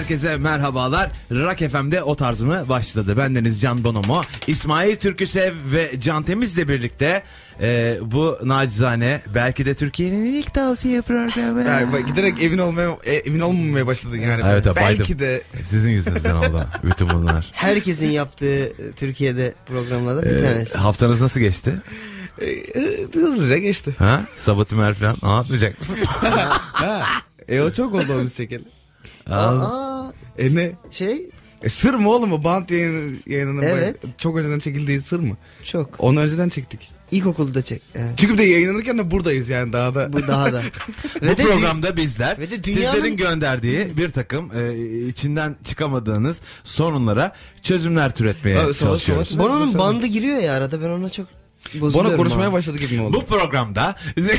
Herkese merhabalar. Rock FM'de o tarz mı başladı. Bendeniz Can Bonomo, İsmail Türküsev ve Can Temiz'le birlikte bu nacizane belki de Türkiye'nin ilk tavsiye programı. Yani giderek emin olmamaya başladın yani. Evet, belki de sizin yüzünüzden oldu bütün bunlar. Herkesin yaptığı Türkiye'de programlarda bir tanesi. Haftanız nasıl geçti? Hızlıca geçti. Ha? Sabatümer falan anlatmayacak mısın? O çok oldu onu çekeli. Ne? Sır mı oğlum o band yayınının Evet. çok önceden çekildiği sır mı? Çok. Onu önceden çektik. İlkokulda çek. Evet. Çünkü bir de yayınlanırken de buradayız yani daha da. Bu daha da. Bu programda bizler ve de dünyanın... sizlerin gönderdiği bir takım içinden çıkamadığınız sorunlara çözümler türetmeye çalışıyoruz. Bono'nun bandı giriyor ya arada, ben ona çok bozuluyorum. Bono konuşmaya başladı gibi mi oldu? Bu programda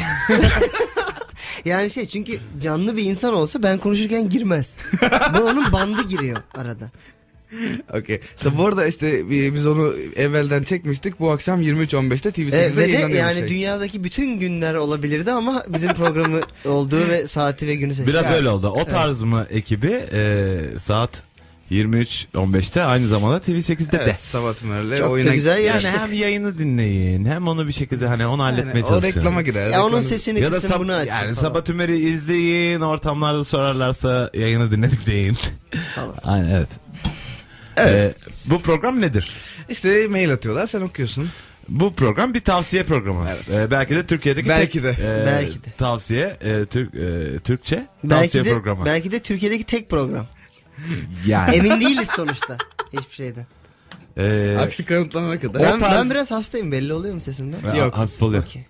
yani çünkü canlı bir insan olsa ben konuşurken girmez. Bono'nun bandı giriyor arada. Okey. Bu arada işte biz onu evvelden çekmiştik. Bu akşam 23.15'te TV8'de yayınlanıyor. Ve de yani şey. Dünyadaki bütün günler olabilirdi ama bizim programı olduğu ve saati ve günü seçtik. Biraz öyle oldu. O tarz mı ekibi saat 23.15'te aynı zamanda TV8'de evet, de. Sabah Ömer'le çok oyuna da güzel yani hem yayını dinleyin hem onu bir şekilde hani onu halletmeye çalışın. O reklama girer. Ya onun sesini ya kısın, bunu açın yani falan. Sabah Tümer'i izleyin, ortamlarda sorarlarsa yayını dinledik deyin. Aynen, evet. Evet. Bu program nedir? İşte mail atıyorlar, sen okuyorsun. Bu program bir tavsiye programı. Evet. Belki de Türkiye'deki belki tek belki de. Tavsiye Türkçe tavsiye programı. Belki de Türkiye'deki tek program. Yani. Emin değiliz sonuçta hiçbir şeyden. Aksi kanıtlanana kadar. Ben biraz hastayım, belli oluyor mu sesimden? Yok. Hafif oluyor. Okay.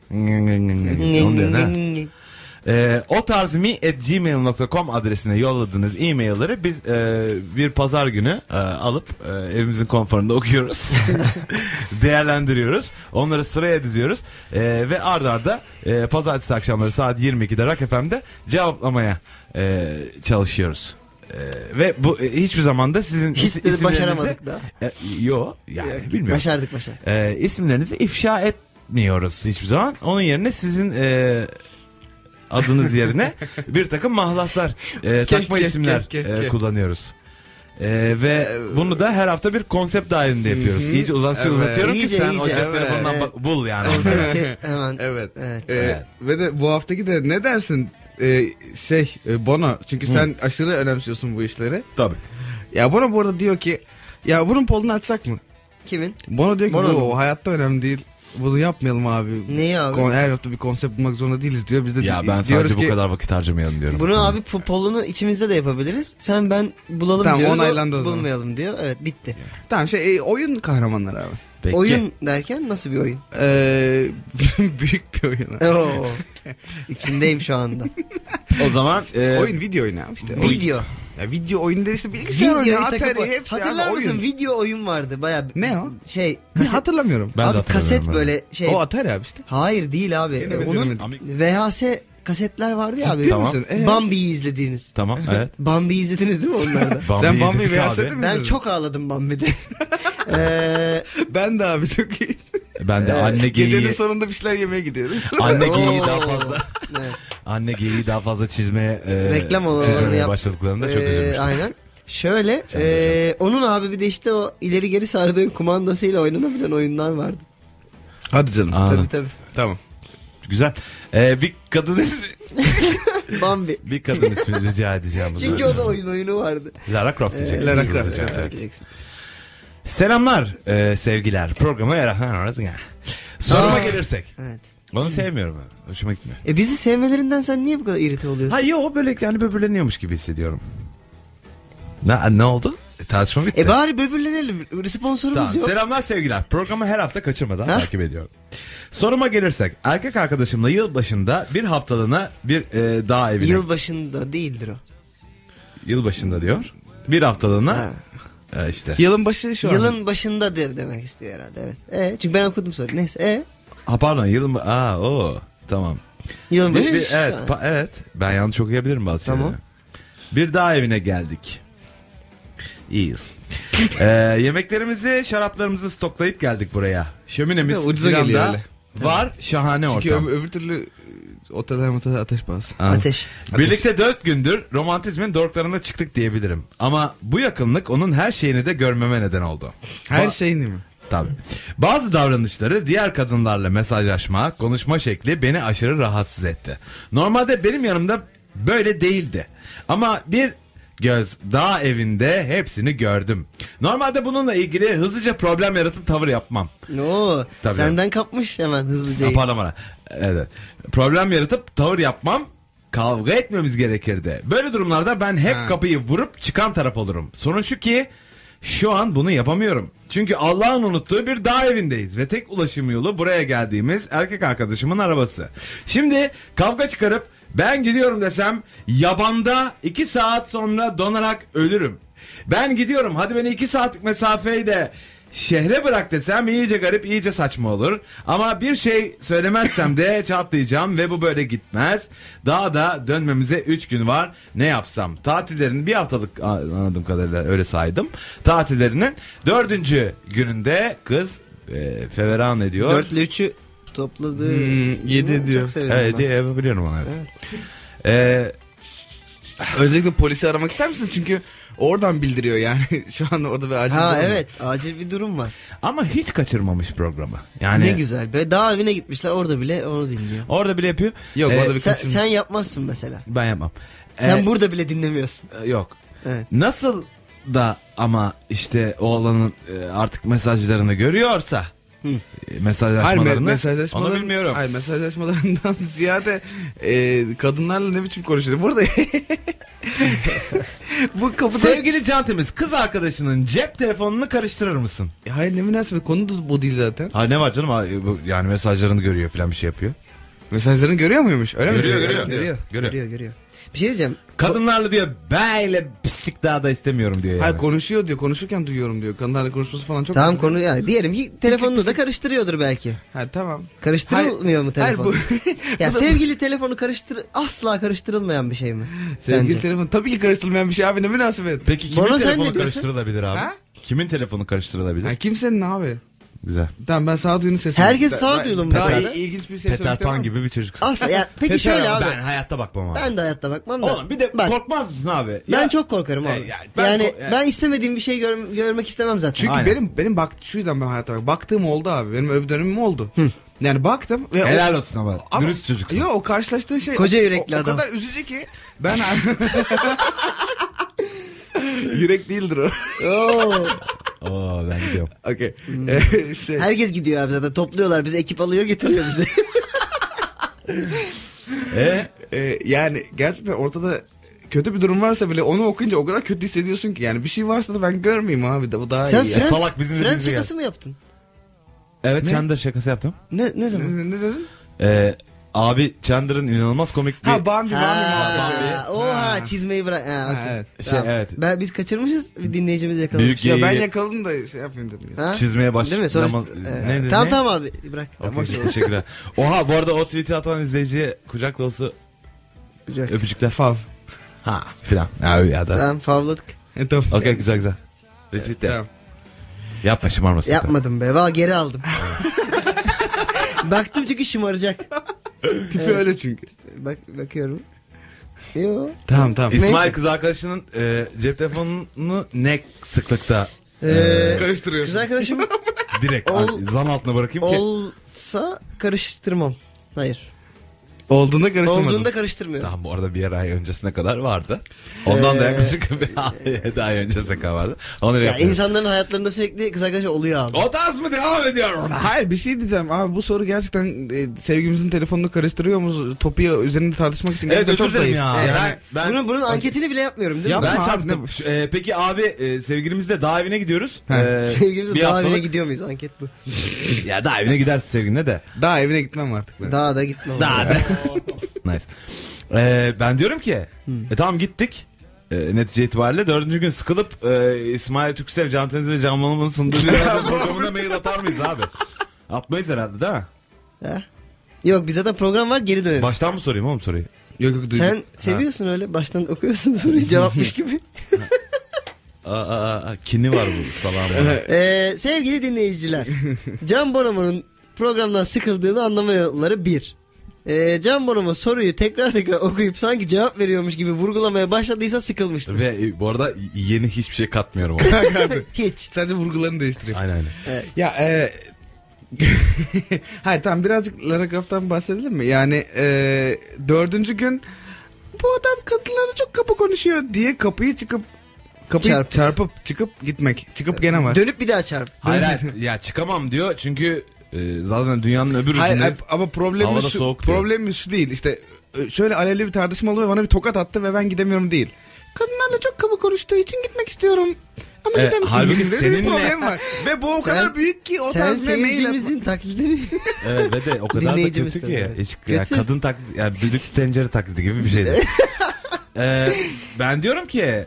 otarzmi@gmail.com adresine yolladığınız e-mailleri biz bir pazar günü alıp evimizin konforunda okuyoruz. Değerlendiriyoruz. Onları sıraya diziyoruz. Ve arda arda pazartesi akşamları saat 22'de Rock FM'de cevaplamaya çalışıyoruz. Ve bu hiçbir zaman da sizin isimlerinizi başaramadık da. Yok yani bilmiyorum. Başardık. İsimlerinizi ifşa etmiyoruz hiçbir zaman. Onun yerine sizin adınız yerine bir takım mahlaslar takma isimler kullanıyoruz. Ve bunu da her hafta bir konsept dahilinde yapıyoruz. İyice uzatıyorum ki sen o cep telefonundan bul yani. Konsepti hemen. Evet. Ve de bu haftaki de ne dersin? Bono, çünkü sen aşırı önemsiyorsun bu işleri. Tabii. Ya Bono bu arada diyor ki, ya bunun polunu açsak mı? Kimin? Bono diyor ki bu hayatta önemli değil. Bunu yapmayalım abi. Neyi abi? Her hafta bir konsept bulmak zorunda değiliz diyor. Biz de ya ben sadece bu kadar vakit harcamayalım diyorum. Bunu abi polunu içimizde de yapabiliriz. Sen ben bulalım tamam, diyoruz. Onaylandı o zaman. Bulmayalım diyor. Evet, bitti. Tamam oyun kahramanları abi. Peki. Oyun derken nasıl bir oyun? Büyük bir oyun. Oo. İçindeyim şu anda. O zaman oyun, video oyunu abi işte. Video. Ya video oyunu değil işte, bilgisayar oyunu, Atari hepsi. Hatırlar mısın? Oyun. Video oyun vardı bayağı. Ne o? Kaset. Hatırlamıyorum. Ben abi kaset böyle O Atari abi işte. Hayır değil abi. Onun VHS kasetler vardı ya abi. Tamam. Bambi'yi izlediğiniz. Tamam, evet. Bambi'yi izlediniz değil mi onlarda? Sen Bambi'yi VHS'de mi izledin? Ben çok ağladım Bambi'de. Ben de abi çok iyi. Ben de anne geyiği. Gecenin sonunda bir şeyler yemeye gidiyoruz. Anne geyiği daha fazla. Evet. Anne geyiği daha fazla çizmeye başladıklarında çok üzülmüştüm. Aynen. Şöyle onun abi bir de işte o ileri geri sardığın kumandasıyla oynanabilen oyunlar vardı. Hadi canım. Tabii. Tamam. Güzel. Bir kadın ismi. Bambi. Bir kadın ismi rica edeceğim. Çünkü o da oyunu vardı. Lara Croft diyeceksin. Lara Croft diyeceksin. Selamlar sevgiler. Programı soruma gelirsek. Evet. Onu sevmiyorum ben. Hoşuma gitmiyor. Bizi sevmelerinden sen niye bu kadar irite oluyorsun? Hayır o böyle yani böbürleniyormuş gibi hissediyorum. Ne oldu? Tartışma bitti. Bari böbürlenelim. Sponsorumuz tamam, yok. Selamlar sevgiler. Programı her hafta kaçırmadan takip ediyorum. Soruma gelirsek, erkek arkadaşımla yılbaşında bir haftalığına bir dağ evine. Yılbaşında değildir o. Yılbaşında diyor. Bir haftalığına işte. Yılın başı şu an. Yılın başındadır demek istiyor herhalde. Evet. Çünkü ben okudum sonra. Neyse. Pardon yılın tamam. Yılın başı evet. Ben yanlış okuyabilirim bazı şeyleri. Bir dağ evine geldik. İyiyiz. Yemeklerimizi, şaraplarımızı stoklayıp geldik buraya. Şöminemiz ucuza geliyor öyle. var. Şahane ortam. Çünkü öbür türlü otelde ateş pahası. Ateş. Birlikte 4 gündür romantizmin doruklarına çıktık diyebilirim. Ama bu yakınlık onun her şeyini de görmeme neden oldu. Her şeyini mi? Tabii. Bazı davranışları, diğer kadınlarla mesajlaşma, konuşma şekli beni aşırı rahatsız etti. Normalde benim yanımda böyle değildi. Ama bir göz dağ evinde hepsini gördüm. Normalde bununla ilgili hızlıca problem yaratıp tavır yapmam. Oo, Tabii. senden kapmış hemen hızlıca. Pardon. Evet. Problem yaratıp tavır yapmam. Kavga etmemiz gerekirdi. Böyle durumlarda ben hep kapıyı vurup çıkan taraf olurum. Sorun şu ki şu an bunu yapamıyorum. Çünkü Allah'ın unuttuğu bir dağ evindeyiz ve tek ulaşım yolu buraya geldiğimiz erkek arkadaşımın arabası. Şimdi kavga çıkarıp ben gidiyorum desem yabanda 2 saat sonra donarak ölürüm. Ben gidiyorum, hadi beni 2 saatlik mesafeyle şehre bırak desem iyice garip, iyice saçma olur. Ama bir şey söylemezsem de çatlayacağım ve bu böyle gitmez. Daha da dönmemize 3 gün var. Ne yapsam? Tatillerinin bir haftalık, anladığım kadarıyla öyle saydım. Tatillerinin 4. gününde kız feveran ediyor. 4 ile 3'ü topladı. 7 diyor. Çok severim Evet, ben. yapabiliyorum onu. Evet. Özellikle polisi aramak ister misin? Çünkü oradan bildiriyor yani. Şu an orada bir acil Ha durum. evet, acil bir durum var. Ama hiç kaçırmamış programı. Yani Ne güzel be, dağ evine gitmişler, orada bile onu dinliyor. orada bile yapıyor. Yok orada bir Sen, kaçırma. sen yapmazsın mesela. Ben yapmam. Sen burada bile dinlemiyorsun. Yok. Evet. Nasıl da ama işte oğlanın artık mesajlarını görüyorsa mesajlaşmalarını onu bilmiyorum. Hayır, mesajlaşmalarından ziyade kadınlarla ne biçim konuşuyor. Burada bu kapıda... Sevgili Cantemiz, kız arkadaşının cep telefonunu karıştırır mısın? Hayır, ne münasebet, konu da bu değil zaten. Ha ne var canım, yani mesajlarını görüyor falan, bir şey yapıyor. Mesajlarını görüyor muymuş? Öyle Görüyor, mi? görüyor. Görüyor. Bir şey diyeceğim. Kadınlarla diyor böyle pislik daha da istemiyorum diyor yani. Hayır, konuşuyor diyor. Konuşurken duyuyorum diyor. Kadınlarla konuşması falan çok... Tamam, konu yani diyelim ki telefonunu da karıştırıyordur belki. Ha tamam. Karıştırılmıyor mu telefon? Hayır, Ya bu da- sevgili telefonu asla karıştırılmayan bir şey mi? Sevgili Sence? telefon tabii ki karıştırılmayan bir şey abi, ne münasebet. Peki kimin Bana sen ne telefonu diyorsun? karıştırılabilir abi? Ha? Kimin telefonu karıştırılabilir? Ha, kimsenin abi. Güzel. Tamam, ben sağduyunun sesini... Herkes sağduyulu mu? Daha Peter- ilginç bir ses Peter söylemek Pan istemem. gibi bir çocuksun. Asla ya, peki Peter şöyle abi. Ben hayatta bakmam abi. Ben de hayatta bakmam da. Oğlum bir de Bak, korkmaz mısın abi? ben Ya- çok korkarım abi. yani Ben istemediğim bir şey görmek istemem zaten. Çünkü Aynen. benim şu yüzden ben hayata baktığım oldu abi. Benim öyle bir dönemim oldu. Yani baktım ve Helal olsun ama. Ama- Dürüst çocuksun. Yok, o karşılaştığın şey Koca yürekli o adam. kadar üzücü ki ben yürek değildir o. Oo. Oo, ben gidiyorum. Okey. Şey, Herkes gidiyor abi zaten, topluyorlar bizi, ekip alıyor getiriyor bizi. yani gerçekten ortada kötü bir durum varsa bile onu okuyunca o kadar kötü hissediyorsun ki, yani bir şey varsa da ben görmeyeyim abi, de bu daha Sen iyi. Friends, salak bizim Friends dediğimize şakası mı yaptın? Evet, Ne? Chandler şakası yaptım. Ne zaman? Ne dedin? Abi Chandler'ın inanılmaz komik bir Ha, Bambi Ha, muhabbeti. oha, çizmeyi bırak. Ha, Ha, okey. evet. Tamam. evet. Biz kaçırmışız, bir dinleyicimiz yakalamış. Büyük Ya ben Ye- yakaladım da şey yapayım dedim. Ha? çizmeye Değil mi? Sonra başlama. Ne? tamam ne? tamam abi, bırak. Okey, teşekkürler. Oha, bu arada o tweet'i atan izleyiciye kucak dolusu Güzel. öpücükler. Fav. Ha filan. Ya da. Tamam, favladık. Tamam. Okey, güzel. Retweet de. Tamam. Yapma, şımarmasın. Yapmadım be. Valla geri aldım. Baktım çünkü şımaracak. Tipi öyle çünkü. Bakıyorum. Yo. Tamam tamam. İsmail Neyse. kız arkadaşının cep telefonunu ne sıklıkta Karıştırıyorsun. Kız arkadaşım direkt zan altına bırakayım ki. olsa karıştırmam. Hayır. Olduğunda karıştırmadım. Olduğunda karıştırmıyorum. Tamam, bu arada bir ay öncesine kadar vardı. Ondan da yaklaşık bir 7 ay öncesine kadar vardı. Onları Ya yapıyoruz. insanların hayatlarında sürekli kız arkadaşı oluyor abi. O tarz mı devam ediyor orada? Hayır, bir şey diyeceğim abi, bu soru gerçekten sevgimizin telefonunu karıştırıyor mu topu üzerinde tartışmak için Evet, gerçekten özür çok dilerim zayıf. ya. Yani, Bunun anketini bile yapmıyorum değil mi? Yapma Ben abi, çarptım. Peki abi, sevgilimizle dağ evine gidiyoruz. Sevgilimize bir daha evine haftalık. gidiyor muyuz? Anket bu. Ya dağ evine gidersin sevgiline de. daha evine gitmem artık ben. Daha da gitmem. Dağ. Nice. Ben diyorum ki tamam gittik. Netice itibariyle 4. gün sıkılıp İsmail Türksev, Can Teniz ve Can Bonomo'nun sunduğu bir programına mail atar mıyız abi? Atmayız herhalde değil mi? Ha? Yok, biz zaten program var, geri döneriz. Baştan mı sorayım oğlum soruyu? Yok duydum. Sen seviyorsun öyle. Baştan okuyorsun soruyu, cevapmış gibi. Kini var bu salağın. Sevgili dinleyiciler. Can Bonomo'nun programdan sıkıldığını anlama yolları 1. Can Bonomo soruyu tekrar okuyup sanki cevap veriyormuş gibi vurgulamaya başladıysa sıkılmıştır. Ve bu arada yeni hiçbir şey katmıyorum. Hiç. Sadece vurgularını değiştiriyor. Aynen. Ya hayır tamam birazcık Lara Croft'tan bahsedelim mi? Yani 4. gün bu adam kadınlarla çok kapı konuşuyor diye kapıyı çarpıp çıkıp gitmek. Çıkıp gene var. Dönüp bir daha çarp. Hayır ya çıkamam diyor çünkü zaten dünyanın öbür Hayır ucunda ama havada soğuk diyor. problemimiz şu değil. İşte şöyle alevli bir tartışma oldu ve bana bir tokat attı ve ben gidemiyorum değil. Kadınlarla çok kapı konuştuğu için gitmek istiyorum. Ama gidemiyorum. Halbuki seninle problem var. Ve bu o kadar büyük ki o sen tarz bir mail seyircimizin taklidini Evet ve de o kadar da Dinleyicimiz kötü tabii. ki. Hiç, Kötü. yani kadın taklidi yani düdük tencere taklidi gibi bir şeydi. Ben diyorum ki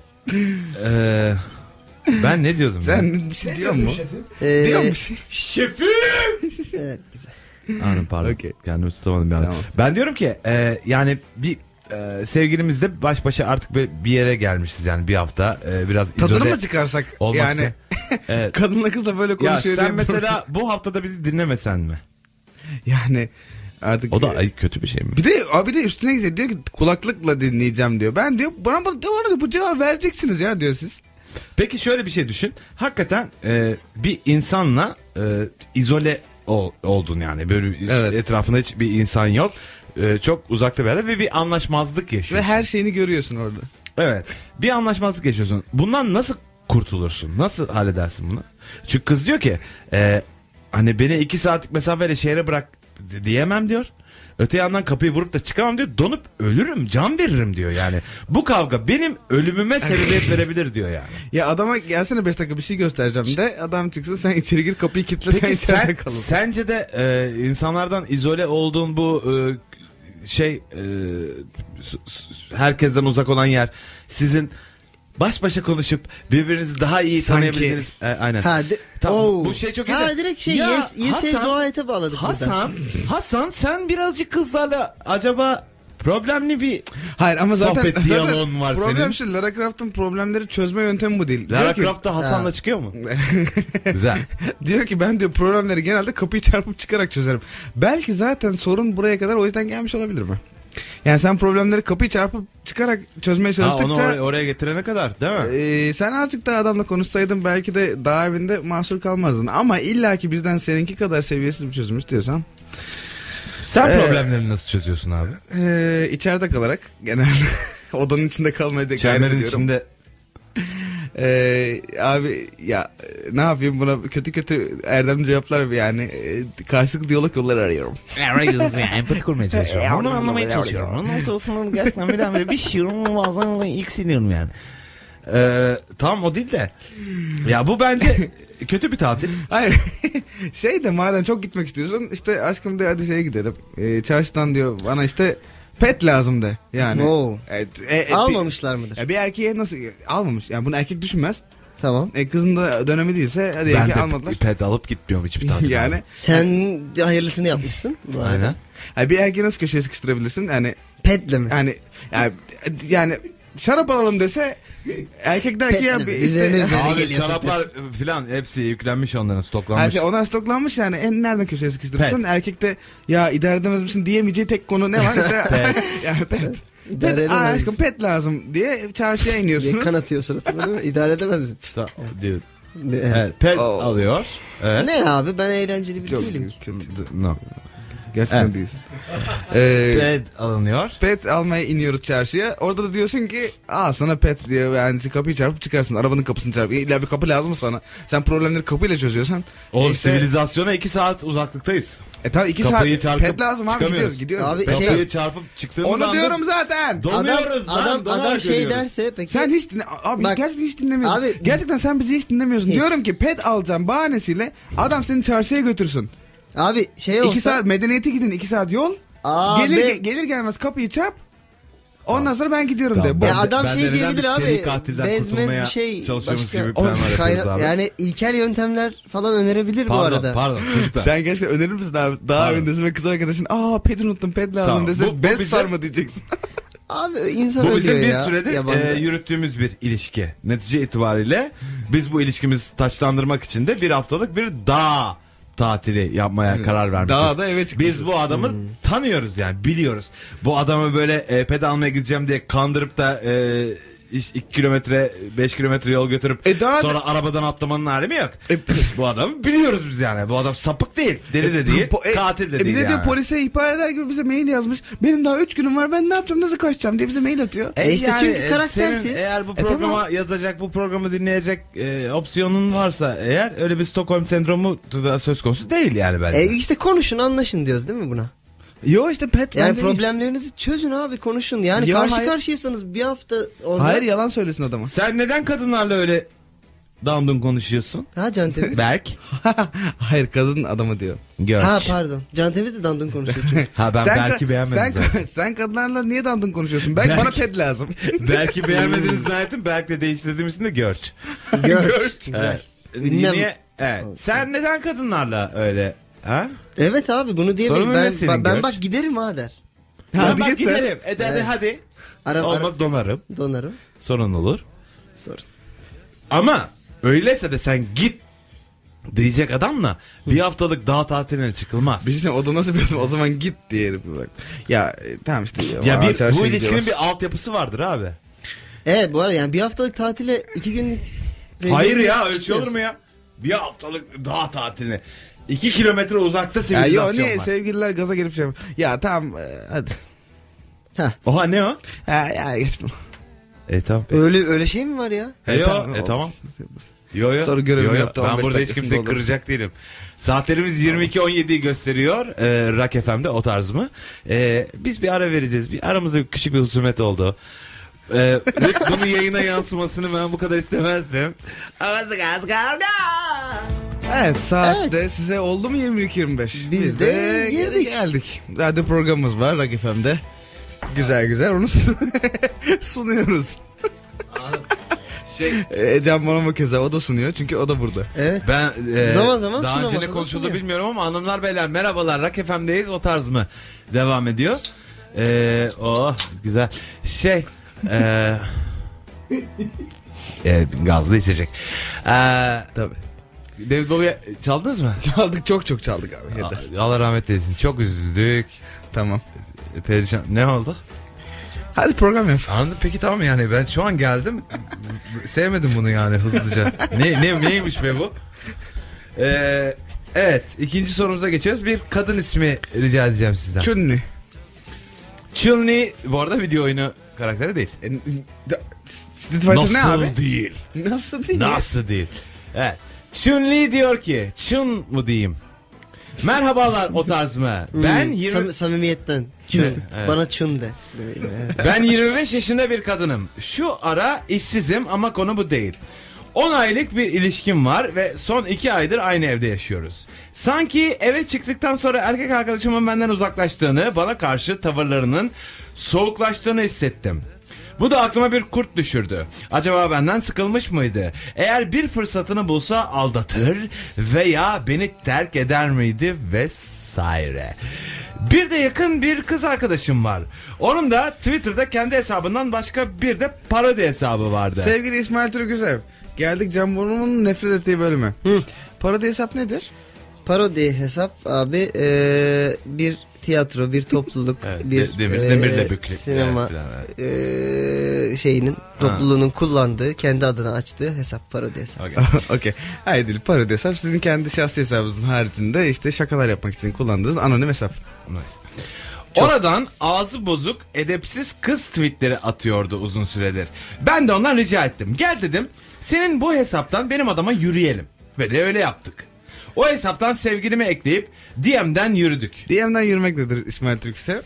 ben ne diyordum? Sen bir şey diyor musun? Ee, Diyor musun? Şefim. Evet güzel. Anladım pardon. Okey. Kendimi tutamadım bir anda. Tamam. Ben diyorum ki yani bir sevgilimizle baş başa artık bir yere gelmişiz yani bir hafta biraz Tadını izole mı çıkarsak? olmaksa. Yani Evet. kadınla kızla böyle Ya konuşuyor sen diye- mesela bu haftada bizi dinlemesen mi? Yani artık O da kötü bir şey mi? bir de üstüne gidiyor diyor ki kulaklıkla dinleyeceğim diyor. Ben diyor bana diyor bu cevap vereceksiniz ya diyor siz. Peki şöyle bir şey düşün. Hakikaten bir insanla izole oldun yani. Böyle Evet. etrafında hiç bir insan yok. Çok uzakta bir yerde ve bir anlaşmazlık Ve yaşıyorsun. her şeyini görüyorsun orada. Evet. Bir anlaşmazlık yaşıyorsun. Bundan nasıl kurtulursun? Nasıl halledersin bunu? Çünkü kız diyor ki hani beni 2 saatlik mesafeyle şehre bırak diyemem diyor. Öte yandan kapıyı vurup da çıkamam diyor. Donup ölürüm, can veririm diyor yani. Bu kavga benim ölümüme sebebiyet verebilir diyor yani. Ya adama gelsene 5 dakika bir şey göstereceğim de adam çıksın sen içeri gir kapıyı kilitle sen Peki içeride kalın. sence de insanlardan izole olduğun bu herkesten uzak olan yer sizin baş başa konuşup birbirinizi daha iyi Sanki- tanıyabileceğiniz aynen. Tamam, Oo. bu şey çok iyi de- Ha direkt şey Ya, yes Hasan- dua ete bağladık buradan. Hasan sen birazcık kızlarla acaba problemli bir Hayır ama zaten, sohbet diyaloğun var problem senin. şu Lara Croft'un problemleri çözme yöntemi bu değil. Lara Diyor ki, Croft'ta Hasan'la Ha. çıkıyor mu? Güzel. diyor ki ben diyor problemleri genelde kapıyı çarpıp çıkarak çözerim. Belki zaten sorun buraya kadar o yüzden gelmiş olabilir mi? Yani sen problemleri kapıyı çarpıp çıkarak çözmeye Ha, onu çalıştıkça oraya getirene kadar değil mi? sen azıcık daha adamla konuşsaydın belki de dağ evinde mahsur kalmazdın. Ama illaki bizden seninki kadar seviyesiz bir çözüm istiyorsan Sen problemlerini nasıl çözüyorsun abi? içeride kalarak genelde odanın içinde kalmayı da gayret Çemberin ediyorum. içinde Abi ya ne yapayım buna kötü erdemli cevaplar yani karşılıklı diyalog yolları arıyorum. arayız yani empati kurmaya çalışıyorum. Onu anlamaya çalışıyorum. Ondan sonrasında gerçekten birdenbire bir şiirim bazen yükseliyorum yani. Tamam o değil de. Ya bu bence kötü bir tatil. Hayır şey de madem çok gitmek istiyorsun işte aşkım de hadi şeye gidelim. Çarşıdan diyor bana işte pet lazım de yani. Oo. Bir, Almamışlar mıdır? ya bir erkeğe nasıl almamış yani bunu erkek düşünmez. Tamam. Kızın da dönemi değilse hadi Ben erkeğe de almadılar. pet alıp gitmiyorum hiçbir tatil. Yani Sen hayırlısını yapmışsın. Bu arada. Aynen. yani bir erkeği nasıl köşeye sıkıştırabilirsin yani Petle mi? yani şarap alalım dese erkek der ki ya Petle mi? bir Üzerine işte üzerine Abi geliyorsun. şaraplar filan hepsi yüklenmiş onların her stoklanmış. şey ona stoklanmış yani nereden köşeye sıkıştırırsın Pet. erkek de ya idare edemez misin diyemeyeceği tek konu ne var işte yani pet. İdare Pet, edemez aşkım misin? pet lazım diye çarşıya Diye iniyorsunuz. kan atıyor suratına değil mi? İdare edemez misin? Diyor. Ne? Evet, pet Oh. alıyor. Evet. Ne abi ben eğlenceli bir Çok değilim ki. kötü. No. Gerçekten Evet. değilsin. Pet alınıyor. Pet almaya iniyoruz çarşıya. Orada da diyorsun ki al sana pet diye yani kapıyı çarpıp çıkarsın. Arabanın kapısını çarpıp. İlla bir kapı lazım mı sana? Sen problemleri kapıyla çözüyorsan. Oğlum işte- sivilizasyona 2 saat uzaklıktayız. Tamam 2 saat Kapıyı çarpıp pet lazım abi çıkamıyoruz. gidiyoruz. Abi Pet şey- lazım. Kapıyı çarpıp çıktığımız Onu anda diyorum zaten. donuyoruz lan. Adam donarak şey ölüyoruz. derse peki. Sen hiç dinle abi Bak- gerçekten hiç dinlemiyorsun. Abi- Gerçekten sen bizi hiç dinlemiyorsun. Hiç. Diyorum ki pet alacağım bahanesiyle adam seni çarşıya götürsün. Abi şey olsa. 2 saat medeniyete gidin 2 saat yol. Abi. Gelir gelmez kapıyı çarp. Ondan sonra ben gidiyorum Tamam, de. Ya adam ben şey de neden diyebilir bir abi. seri katilden Bezmez kurtulmaya bir şey. çalışıyormuş başka- gibi planlar Kayna- yapıyoruz abi. Yani ilkel yöntemler falan önerebilir bu Pardon, arada. pardon çocuklar. Sen gerçekten önerir misin abi? Daha Pardon. evindesin ve kız arkadaşın pet unuttum pet lazım Tamam, dese bu bez bizim- sarma diyeceksin. Abi insan Bu bizim ölüyor bir ya. süredir yabanda. yürüttüğümüz bir ilişki. Netice itibariyle biz bu ilişkimizi taçlandırmak için de bir haftalık bir dağ tatili yapmaya karar vermişiz. Dağda eve çıkmışız. Biz bu adamı tanıyoruz yani, biliyoruz. Bu adamı böyle ped almaya gideceğim diye kandırıp da 2 kilometre 5 kilometre yol götürüp daha sonra arabadan atlamanın alemi yok. Bu adamı biliyoruz biz yani. Bu adam sapık değil, deli de değil, katil de değil bize yani. diyor polise ihbar eder gibi bize mail yazmış. Benim daha 3 günüm var, ben ne yapacağım, nasıl kaçacağım diye bize mail atıyor. İşte çünkü karaktersiz. Senin eğer bu programa tamam. yazacak, bu programı dinleyecek opsiyonun varsa eğer, öyle bir Stockholm sendromu da söz konusu değil yani bence. İşte konuşun, anlaşın diyoruz değil mi buna? Yo işte pet Yani bence problemlerinizi çözün abi, konuşun. Yani Ya karşı hayır. karşıyaysanız bir hafta orada. Hayır, yalan söylesin adama. Sen neden kadınlarla öyle dandun konuşuyorsun? Ha, Can Temiz. Berk. Hayır, kadın adamı diyor. Görç. Ha pardon. Can Temiz de dandun konuşuyor çünkü. Ha, ben Berk'i beğenmedim zaten. Sen kadınlarla niye dandun konuşuyorsun? Belki bana pet lazım. Berk'i beğenmediniz zannettim. Berk'le değiştirdiğim isim de Görç. Görç. Güzel. Evet. Ünlem. Niye? Evet. Sen neden kadınlarla öyle? Ha? Evet abi, bunu diyelim. Sorunun ne senin, Ben Görç? bak giderim ha der. Hadi Hadi git gidelim. Evet. Hadi. Ara, Olmaz donarım. donarım. Sorun olur. Sorun. Ama öyleyse de sen git diyecek adamla bir haftalık dağ tatiline çıkılmaz. Bir şey, o da nasıl bir o zaman git diye bırak. Ya tamam işte. Ya bu şey ilişkinin bir altyapısı vardır abi. Evet, bu arada yani bir haftalık tatile 2 günlük. Hayır ya, öyle şey olur mu ya? Bir haftalık dağ tatiline. 2 kilometre uzakta Ya sivilizasyon niye var. sevgililer gaza gelip şey yapıyor. Ya tamam hadi. Oha, ne o? Ya geç bunu. Tamam. Öyle şey mi var ya? Tamam. Yo. Sonra görevimi yaptı, Ben 15 burada hiç dakikasında kimseyi olur. kıracak değilim. Saatlerimiz 22.17'yi gösteriyor. Rock FM'de o tarz mı? Biz bir ara vereceğiz. Aramızda küçük bir husumet oldu. Bunun yayına yansımasını ben bu kadar istemezdim. Evet, saatte size oldu mu 22.25? Biz de girdik. Geldik. Radyo programımız var Rock FM'de. Güzel onu sunuyoruz. Can Bonomo keza o da sunuyor çünkü o da burada. Evet. Ben Zaman zaman daha önce ne sunamasada konuşuldu sunuyor. bilmiyorum ama hanımlar beyler merhabalar, Rock FM'deyiz, o tarz mı devam ediyor. Güzel gazlı içecek. Tabii. David Bowie çaldınız mı? Çaldık, çok çaldık abi. Yeter. Allah rahmet eylesin, çok üzüldük. Tamam. Perişan. Ne oldu? Hadi program yap. Anladım, peki tamam, yani ben şu an geldim. Sevmedim bunu yani, hızlıca. Neymiş be bu? Evet, ikinci sorumuza geçiyoruz. Bir kadın ismi rica edeceğim sizden. Chun-Li. Chun-Li bu arada video oyunu karakteri değil. Street Fighter ne abi? Nasıl değil? Nasıl değil? Nasıl değil? Evet. Chun-Li diyor ki, Chun mu diyeyim? Merhabalar, o tarz mı? Ben 20... Samimiyetten. Çun. Evet. Bana çun de. Ben 25 yaşında bir kadınım. Şu ara işsizim ama konu bu değil. 10 aylık bir ilişkim var ve son 2 aydır aynı evde yaşıyoruz. Sanki eve çıktıktan sonra erkek arkadaşımın benden uzaklaştığını, bana karşı tavırlarının soğuklaştığını hissettim. Bu da aklıma bir kurt düşürdü. Acaba benden sıkılmış mıydı? Eğer bir fırsatını bulsa aldatır veya beni terk eder miydi vesaire. Bir de yakın bir kız arkadaşım var. Onun da Twitter'da kendi hesabından başka bir de parodi hesabı vardı. Sevgili İsmail Türküsev, geldik Can Bonomo'nun nefret ettiği bölüme. Parodi hesap nedir? Parodi hesap abi bir tiyatro, bir topluluk, Evet, bir Demirle Büklü. sinema Evet, şeyinin, topluluğunun kullandığı, kendi adına açtığı hesap, parodi hesap. Okay. Okey. Hayır, parodi hesap sizin kendi şahsi hesabınızın haricinde işte şakalar yapmak için kullandığınız anonim hesap. Nice. Oradan ağzı bozuk, edepsiz kız tweetleri atıyordu uzun süredir. Ben de ondan rica ettim. Gel dedim, senin bu hesaptan benim adama yürüyelim. Ve de öyle yaptık. O hesaptan sevgilimi ekleyip DM'den yürüdük. DM'den yürümek nedir İsmail Türküsev?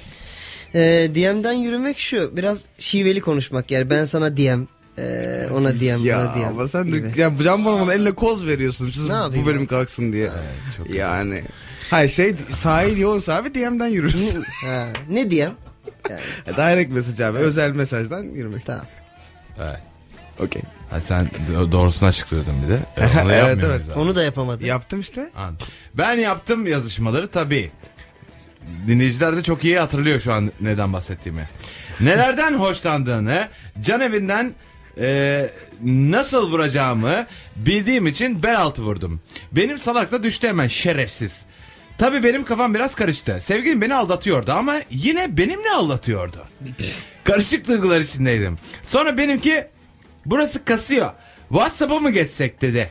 DM'den yürümek şu, biraz şiveli konuşmak, yani ben sana DM, ona DM, Ya ona DM. ama sen gibi. de ya Can Bonomo'nun eline koz veriyorsun. Siz Ne yapayım bu bölüm abi? kalksın diye. çok yani. Hayır sahil yoğunsa abi DM'den yürürsün. Ha, ne DM? Yani, Direct mesaj abi. Özel mesajdan yürümek. tamam. Evet. Okey. Ha, sen doğrusunu açıklıyordun bir de. Onu Evet, yapmıyoruz evet. abi. Onu da yapamadım. Yaptım işte. Anladım. Ben yaptım yazışmaları tabii. Dinleyiciler de çok iyi hatırlıyor şu an neden bahsettiğimi. Nelerden hoşlandığını, can evinden nasıl vuracağımı bildiğim için bel altı vurdum. Benim salak da düştü hemen, şerefsiz. Tabii benim kafam biraz karıştı. Sevgilim beni aldatıyordu ama yine benimle aldatıyordu. Karışık duygular içindeydim. Sonra benimki burası kasıyor, WhatsApp'a mı geçsek dedi.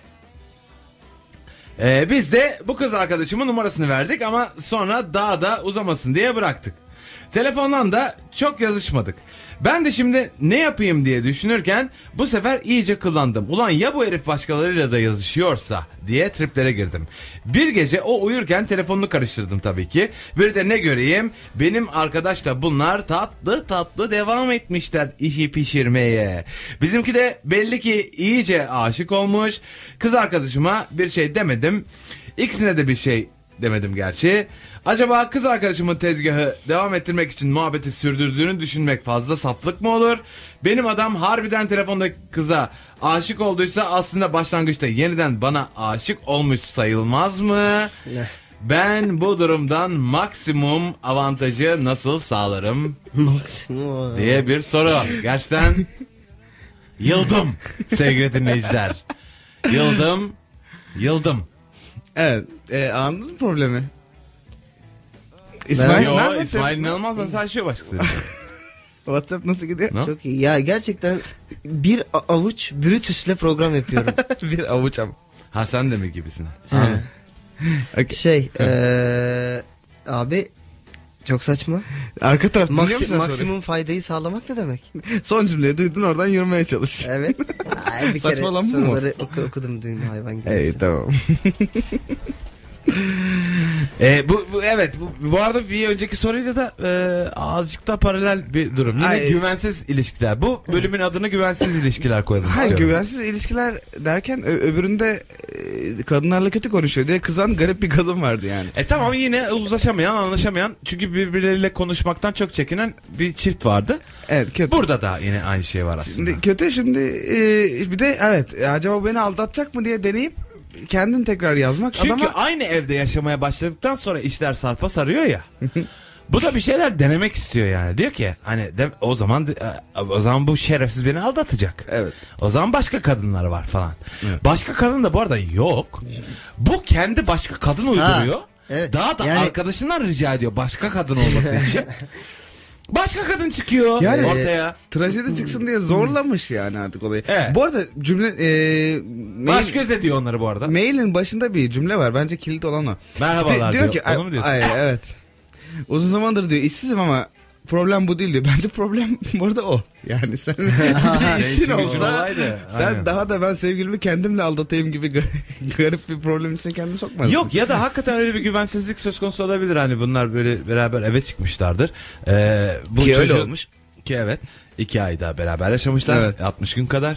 Biz de bu kız arkadaşımın numarasını verdik ama sonra daha da uzamasın diye bıraktık. Telefondan da çok yazışmadık. Ben de şimdi ne yapayım diye düşünürken bu sefer iyice kıllandım. Ulan ya bu herif başkalarıyla da yazışıyorsa diye triplere girdim. Bir gece o uyurken telefonunu karıştırdım tabii ki. Bir de ne göreyim, benim arkadaşla bunlar tatlı tatlı devam etmişler işi pişirmeye. Bizimki de belli ki iyice aşık olmuş. Kız arkadaşıma bir şey demedim. İkisine de bir şey demedim gerçi. Acaba kız arkadaşımın tezgahı devam ettirmek için muhabbeti sürdürdüğünü düşünmek fazla saflık mı olur? Benim adam harbiden telefondaki kıza aşık olduysa aslında başlangıçta yeniden bana aşık olmuş sayılmaz mı? Ben bu durumdan maksimum avantajı nasıl sağlarım? Maksimum diye bir soru. Gerçekten yıldım sevgili dinleyiciler. Yıldım. Evet. Anladın mı problemi? İsmail, Yo, nerede? İsmail inanılmaz mesajlaşıyor başkasıyla. WhatsApp nasıl gidiyor? No? Çok iyi. Ya gerçekten bir avuç Brutus'le program yapıyorum. Bir avuç ama. Ha sen de mi gibisin? Okay. Abi çok saçma. Arka taraf dinliyor musun sen Maksimum faydayı sağlamak ne demek? soruyu? Son cümleyi duydun, oradan yürümeye çalış. Evet. Ay, bir kere Saçmalama mı? soruları okudum dün hayvan gibi. İyi tamam. Bu arada bir önceki soruyla da azıcık da paralel bir durum. Yine güvensiz ilişkiler. Bu bölümün adını güvensiz ilişkiler koyalım Hayır, istiyorum. güvensiz ilişkiler derken öbüründe kadınlarla kötü konuşuyor diye kızan garip bir kadın vardı yani. Tamam, yine uzlaşamayan, anlaşamayan, çünkü birbirleriyle konuşmaktan çok çekinen bir çift vardı. Evet, kötü. Burada da yine aynı şey var aslında. Şimdi kötü, şimdi bir de evet, acaba beni aldatacak mı diye deneyip kendin tekrar yazmak. Çünkü adama... aynı evde yaşamaya başladıktan sonra işler sarpa sarıyor ya. Bu da bir şeyler denemek istiyor yani. Diyor ki hani o zaman bu şerefsiz beni aldatacak. Evet. O zaman başka kadınlar var falan. Evet. Başka kadın da bu arada yok. Bu kendi başka kadın uyduruyor. Evet. Daha da Yani... arkadaşından rica ediyor başka kadın olması için. Başka kadın çıkıyor yani, ortaya. Trajedi çıksın diye zorlamış yani artık olayı. Evet. Bu arada cümle Baş göz ediyor onları bu arada. mailin başında bir cümle var. Bence kilit olan o. Merhabalar diyor. Ki, Onu mu diyorsun? evet. Uzun zamandır diyor işsizim ama problem bu değil diyor. Bence problem burada o. Yani sen işin işin gücün olsa olaydı. sen Aynen. daha da ben sevgilimi kendimle aldatayım gibi garip bir problem için kendimi sokmazdın. Yok, ya da hakikaten öyle bir güvensizlik söz konusu olabilir. Hani bunlar böyle beraber eve çıkmışlardır. Bu Ki öyle çocuğun- olmuş. Ki evet. 2 ay daha beraber yaşamışlar. Evet. 60 gün kadar.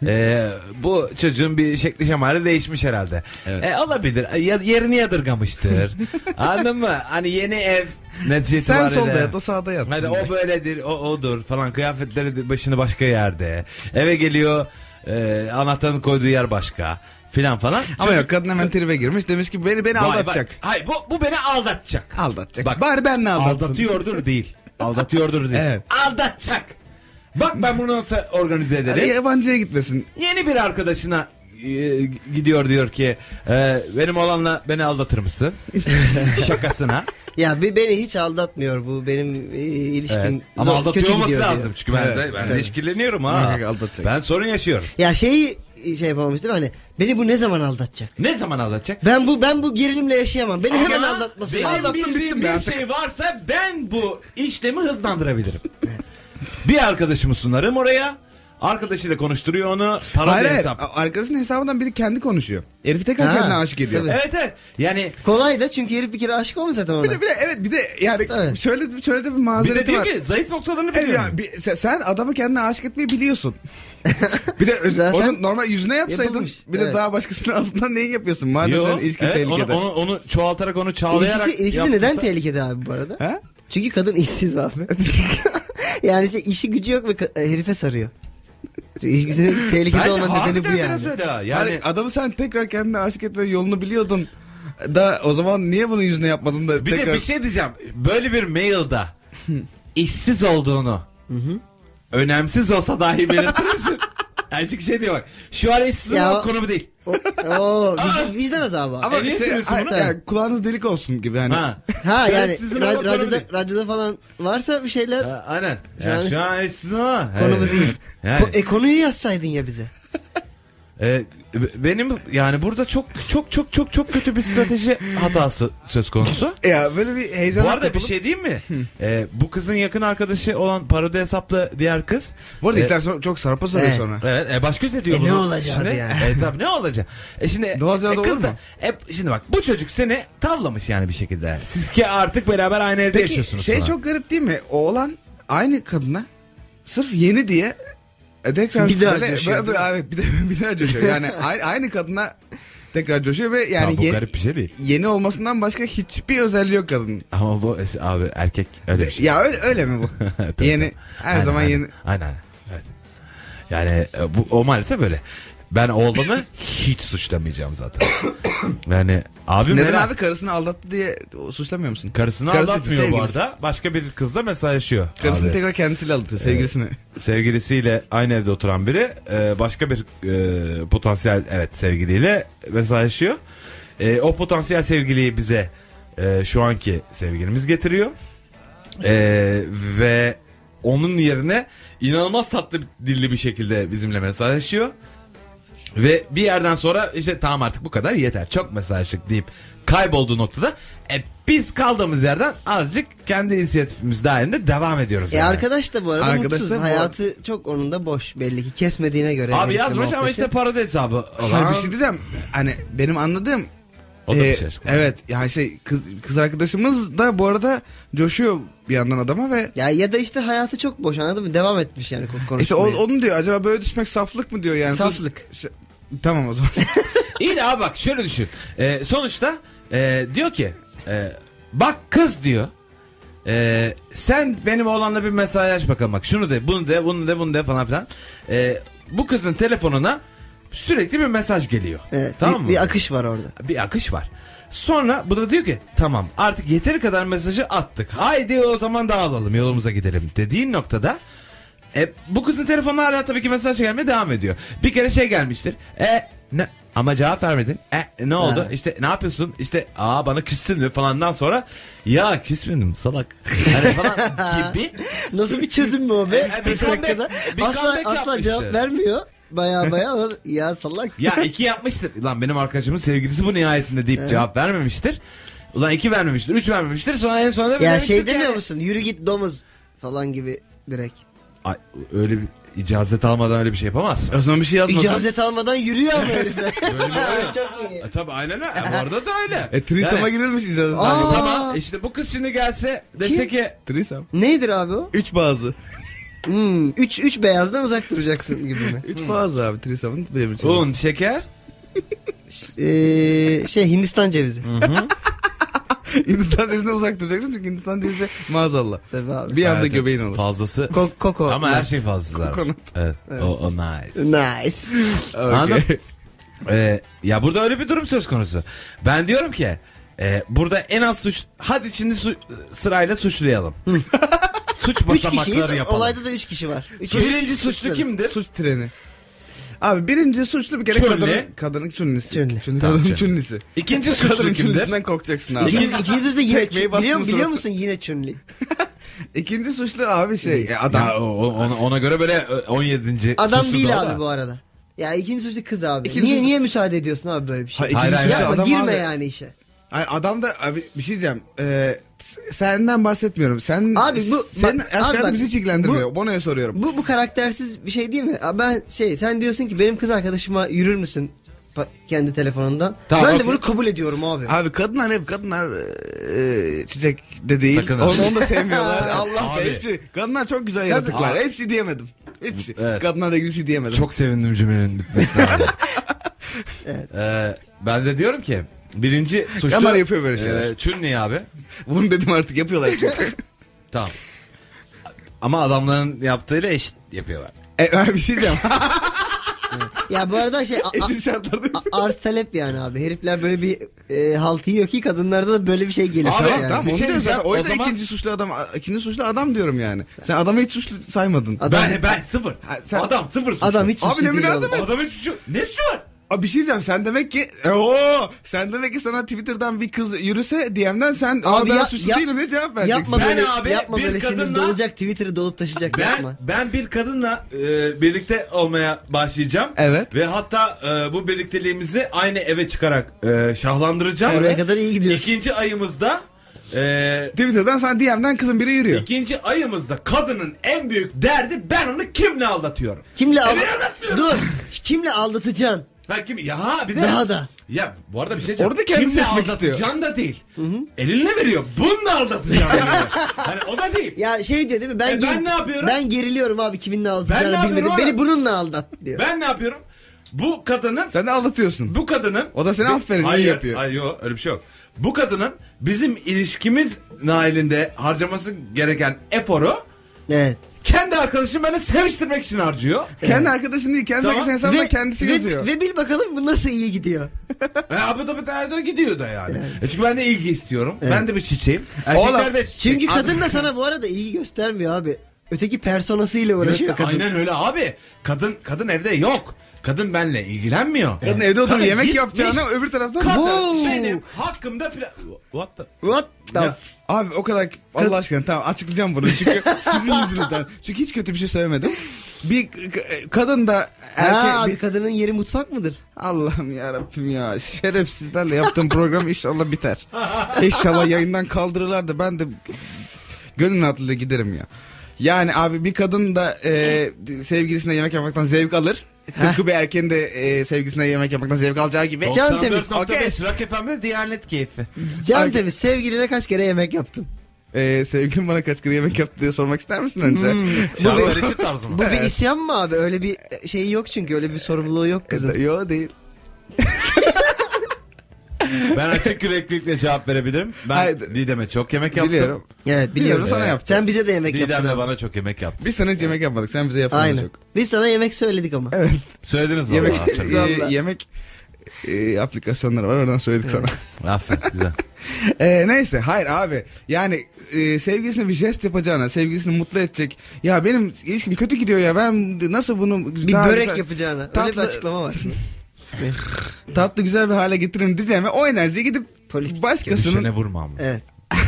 Bu çocuğun bir şekli şemali değişmiş herhalde. Evet. Olabilir. Yerini yadırgamıştır. Anladın mı? Hani yeni ev neticesi Sen var. solda yat, o sağda yat. Hadi o böyledir, o odur falan. Kıyafetleri başını başka yerde. Eve geliyor, anahtarını koyduğu yer başka filan falan. Ama yok, kadın hemen tribe girmiş, demiş ki beni aldatacak. Hayır, bu beni aldatacak. Aldatacak. Bak, Bari benle aldatsın. aldatıyordur değil. Aldatıyordur değil. Evet. Aldatacak. Bak ben bunu nasıl organize ederim. Hani yabancıya gitmesin. Yeni bir arkadaşına gidiyor, diyor ki benim oğlanla beni aldatır mısın? Şakasına. Ya beni hiç aldatmıyor bu benim ilişkim. Evet. Ama kötü aldatıyor olması gidiyor lazım. diyor. Çünkü ben Evet. de Evet. işkilleniyorum ha. Evet, aldatacak. Ben sorun yaşıyorum. Ya şey yapamamış değil mi, hani beni bu ne zaman aldatacak? Ne zaman aldatacak? Ben bu gerilimle yaşayamam. Beni hemen Ama aldatması benim lazım. Aldatsın, bildiğim bitsin be bir artık. şey varsa ben bu işlemi hızlandırabilirim. Bir arkadaşımı sunarım oraya. Arkadaşıyla konuşturuyor onu. Para Hayır, hesap. arkadaşının hesabından biri kendi konuşuyor. Herif tekrar Ha, kendine aşık ediyor. tabii. Evet. Yani Kolay da çünkü herif bir kere aşık olmuş zaten ona. Bir de yani Evet. şöyle de bir bir mazereti de diyor var. ki zayıf noktalarını Evet, biliyorum. sen adamı kendine aşık etmeyi biliyorsun. Bir de Zaten onu normal yüzüne yapsaydın, yapılmış. bir de Evet. daha başkasının ağzından neyin yapıyorsun? Madem Yo, sen ilişki evet, tehlikede. onu çoğaltarak, onu çağlayarak İlişkisi neden yaptıysa- tehlikede abi bu arada? Ha? Çünkü kadın işsiz abi. Yani işi gücü yok ve herife sarıyor. İlişkisinin tehlikede Bence olmanın nedeni harbiden bu yani. biraz öyle ha. Yani Yani adamı sen tekrar kendine aşık etme yolunu biliyordun. Da o zaman niye bunu yüzüne yapmadın da bir tekrar... de bir şey diyeceğim. Böyle bir mailde işsiz olduğunu önemsiz olsa dahi belirtir misin? Azıcık şey diyor bak. Şu an eşsizim Ya- ama konu değil. Vicdan azabı. Ama niye söylüyorsun hayır, bunu? yani kulağınız delik olsun gibi hani. Ha. Ha Şu an yani eşsizim ama konu radyoda, değil. radyoda falan varsa bir şeyler Ha, aynen. Şu Ya, an- şu an eşsizim ama. konu Evet. değil. Yani, Konuyu yazsaydın ya bize. benim yani burada çok kötü bir strateji hatası söz konusu. Ya böyle bir heyecan. Bu arada bir şey diyeyim mi? Bu kızın yakın arkadaşı olan parodi hesaplı diğer kız. Bu arada E, işler çok sarpa sarıyor Evet. sonra. Evet, baş göz ediyor ne bunu. olacaktı Şimdi, yani? Tabii ne olacak? Şimdi Doğal cevap kız olur da mu? şimdi bak bu çocuk seni tavlamış yani bir şekilde. Siz ki artık beraber aynı evde Peki yaşıyorsunuz şey falan. çok garip değil mi? Oğlan aynı kadına sırf yeni diye tekrar Bir daha böyle- coşuyor, böyle- evet bir daha coşuyor. Yani aynı kadına tekrar coşuyor ve yani Tamam, bu yeni, garip bir şey değil. yeni olmasından başka hiçbir özelliği yok kadının. Ama bu abi erkek öyle bir şey. Ya öyle mi bu? Tabii, Yeni tabii. her Aynen, zaman aynen. yeni. Aynen. Evet. Yani o maalesef böyle. Ben oğlanı hiç suçlamayacağım zaten. Yani abim Neden merak- abi karısını aldattı diye suçlamıyor musun? Karısını Karısı aldatmıyor bu sevgilisi. arada. Başka bir kızla mesajlaşıyor. Karısını abi. tekrar kendisiyle aldatıyor sevgilisini. Sevgilisiyle aynı evde oturan biri başka bir potansiyel sevgiliyle mesajlaşıyor. O potansiyel sevgiliyi bize şu anki sevgilimiz getiriyor. Ve onun yerine inanılmaz tatlı dilli bir şekilde bizimle mesajlaşıyor. Ve bir yerden sonra işte tamam artık bu kadar yeter çok mesajlaştık deyip kaybolduğu noktada biz kaldığımız yerden azıcık kendi inisiyatifimiz dahilinde devam ediyoruz. yani. Arkadaş da bu arada Arkadaş mutsuz. da bu- Hayatı çok onun da boş belli ki. Kesmediğine göre. Abi herifle yazmış ama muhabbeti. işte parodi hesabı. Hayır bir şey diyeceğim. Hani benim anladığım O da bir şey aşkım. evet ya şey kız arkadaşımız da bu arada coşuyor bir yandan adama ve Ya da işte hayatı çok boş anladın mı? Devam etmiş yani konuşmaya. işte onun diyor acaba böyle düşmek saflık mı diyor yani. Saflık. Tamam o zaman. İyi de abi bak şöyle düşün. Sonuçta diyor ki bak kız diyor. Sen benim oğlanla bir mesaj bakalım bak şunu de bunu de bunu de bunu de falan filan. Bu kızın telefonuna sürekli bir mesaj geliyor. Evet, Tamam mı? bir akış var orada. Bir akış var. Sonra bu da diyor ki tamam artık yeteri kadar mesajı attık. Haydi o zaman dağılalım yolumuza gidelim dediğin noktada bu kızın telefonuna hala tabii ki mesaj gelmeye devam ediyor. Bir kere şey gelmiştir. Ne? Ama cevap vermedin. Ne oldu? Ha. İşte ne yapıyorsun? İşte bana küstün mü falandan sonra ya küsmedim salak. Hani falan gibi. Nasıl bir çözüm mü o be? Bir 5 dakikada. bir comeback Asla yapmıştı. cevap vermiyor. Baya ya salak. Ya 2 yapmıştır. Lan benim arkadaşımın sevgilisi bu nihayetinde deyip cevap vermemiştir. Ulan 2 vermemiştir, 3 vermemiştir. Sonra en sonunda Ya demiştir şey ki demiyor yani- musun? Yürü git domuz falan gibi direkt. Ay, öyle bir icazet almadan öyle bir şey yapamaz. O zaman bir şey yazmasın. İcazet almadan yürüyor ama herifler. Böyle Çok iyi. Tabii aynen öyle. Bu arada da öyle. Threesome'a Yani- girilmiş icazet. Aa. Tamam işte bu kız şimdi gelse dese Kim? ki Threesome. Neydir abi o? 3 bazı. 3 beyazdan uzak duracaksın gibi mi? 3 bazı abi Threesome'ın bilebileceğiniz. un, şeker. Hindistan cevizi. Hindistan cevizinden uzak duracaksın çünkü Hindistan cevizi maazallah. Tabii abi. Bir anda Evet, göbeğin olur. Fazlası. Koko. Ama her şey fazlası zaten. Kokonat. Evet. O nice. Nice. Anladın? Ya burada öyle bir durum söz konusu. Ben diyorum ki burada en az suç hadi şimdi sırayla suçlayalım. Suç 3 kişiyiz. basamakları yapalım. Olayda da 3 kişi var. Birinci suçlu kimdir? Suç treni. Abi birinci suçlu bir kere Çönlü. kadının çünnisi. Çönlü. Tamam, Kadının çönlü. çünnisi. İkinci suçlu Kadının kimdir? çünnisinden korkacaksın abi. İkiniz de yine Tekmeyi bastın biliyor suratına. musun yine Chun-Li? İkinci suçlu abi adam. Ya ona göre böyle 17. Adam suçlu değil da o abi da. bu arada. Ya ikinci suçlu kız abi. İkinci niye suçlu- niye müsaade ediyorsun abi böyle bir şey? Ha, ikinci Hayır, suçlu hayır. Yapma, adam girme abi. yani işe. Ay, adam da abi bir şey diyeceğim. Senden bahsetmiyorum. Sen Abi bu- senin bak- aşk abi hayatın bak, bizi hiç ilgilendirmiyor. Bono'ya soruyorum. Bu karaktersiz bir şey değil mi? Abi ben sen diyorsun ki benim kız arkadaşıma yürür müsün kendi telefonundan? Tamam, ben de okey. bunu kabul ediyorum abi. Abi kadınlar çiçek de değil. Sakın. Onu da sevmiyorlar. Allah Abi. be hepsi. Kadınlar çok güzel yaratıklar. Abi. Hepsi diyemedim. Hiçbir şey. Evet. Kadınlarla ilgili bir şey diyemedim. Çok sevindim cümlenin bitmesine. abi. Ben de diyorum ki birinci suçlu Kadınlar yapıyor böyle şeyler. Chun-Li abi. Bunu dedim artık yapıyorlar çünkü. Tamam. Ama adamların yaptığıyla eşit yapıyorlar. Ben bir şey diyeceğim. Ya bu arada Eşit şartlarda. arz talep yani abi. Herifler böyle bir halt yiyor ki kadınlarda da böyle bir şey gelir. Abi, yani. Tamam Bir onu şey diyorum zaten. diyeceğim, O o yüzden zaman- ikinci suçlu adam diyorum yani. Sen adamı hiç suçlu saymadın. Ben sıfır. sen- Adam sıfır suçlu. Adam hiç Abi suçlu ne değil münasebet? oğlum. Adam hiç suçlu. Ne suçu var? Abi bir şey diyeceğim, sen demek ki sen demek ki sana Twitter'dan bir kız yürüse DM'den sen Abi ben ya- suçlu ya- değilim diye cevap vereceksin. Yapma Ben böyle, abi yapma bir böyle şimdi kadınla- dolacak Twitter'ı dolup taşıyacak yapma. Ben bir kadınla birlikte olmaya başlayacağım. Evet. Ve hatta bu birlikteliğimizi aynı eve çıkarak şahlandıracağım. Oraya kadar iyi gidiyorsun. İkinci ayımızda Twitter'dan sana DM'den kızın biri yürüyor. ikinci ayımızda kadının en büyük derdi ben onu kimle aldatıyorum. Kimle aldatmıyorum. Dur. Kimle aldatacaksın? Ha kim? Ya bir de. Daha da. Ya bu arada bir şey diyeceğim. Orada kendisi Kimle seçmek aldatacaksın da değil. Elinle veriyor. Bununla aldatacağım diyor. Hani o da değil. Ya şey diyor değil mi? Ben ne yapıyorum? Ben geriliyorum abi kiminle Ben ne aldatacağını yapıyorum bilmedim. abi? Beni bununla aldat diyor. Ben ne yapıyorum? Bu kadının Sen de aldatıyorsun. Bu kadının... O da seni aferin, iyi Hayır, yapıyor. hayır yok öyle bir şey yok. Bu kadının bizim ilişkimiz nailinde harcaması gereken eforu Evet. kendi arkadaşını beni seviştirmek için harcıyor. Kendi arkadaşın değil, kendi Tamam. arkadaşın hesabında kendisi yazıyor. Ve bil bakalım bu nasıl iyi gidiyor. Abi da bir tane de gidiyor da yani. Çünkü ben de ilgi istiyorum. Ben de bir çiçeğim. Erkekler de çiçek. Çünkü kadın da sana bu arada ilgi göstermiyor abi. Öteki personasıyla uğraşıyor kadın. Aynen öyle abi. Kadın evde yok. Kadın benimle ilgilenmiyor. Kadın evde oturup Kadın yemek gitmiş. yapacağına öbür taraftan... Kadın Wow. benim hakkımda What the... What the Ya, Abi o kadar Allah aşkına tamam açıklayacağım bunu çünkü sizin yüzünüzden. Çünkü hiç kötü bir şey söylemedim. Bir kadın da abi bir... kadının yeri mutfak mıdır? Allah'ım ya Rabbim ya, şerefsizlerle yaptığım program inşallah biter. İnşallah yayından kaldırırlar da ben de gönül rahatlığıyla giderim ya. Yani abi bir kadın da sevgilisine yemek yapmaktan zevk alır. Tıpkı bir erkeğin de sevgilisine yemek yapmaktan zevk alacağı gibi. Can temiz. 94.5 Rock FM'de Diyanet keyfi. Can Ay- temiz sevgiline kaç kere yemek yaptın? Sevgilim bana kaç kere yemek yaptı diye sormak ister misin önce? Şarkı Reşit tarzı mı? Bu bir isyan mı abi? Öyle bir şeyi yok çünkü öyle bir sorumluluğu yok kızın. Yok değil. Ben açık yüreklilikle cevap verebilirim. Ben Hayır. Didem'e çok yemek yaptım. Biliyorum. Evet biliyorum. Sana yaptım. Sen bize de yemek Didem yaptın. de abi. bana çok yemek yaptı. Biz sana hiç yemek yapmadık. Sen bize yaptın Aynen. çok. Biz sana yemek söyledik ama. Evet. Söylediniz mi? Yemek, Vallahi. yemek aplikasyonları var, oradan söyledik sana. Aferin güzel. Neyse hayır abi yani sevgilisine bir jest yapacağına, sevgilisini mutlu edecek, ya benim ilişkim kötü gidiyor ya, ben nasıl bunu Bir daha börek güzel- yapacağına. Öyle Tatlı- bir açıklama var. tatlı güzel bir hale getiririm diyeceğime o enerjiyi gidip Politik başkasının Düşene vurma ama. Evet.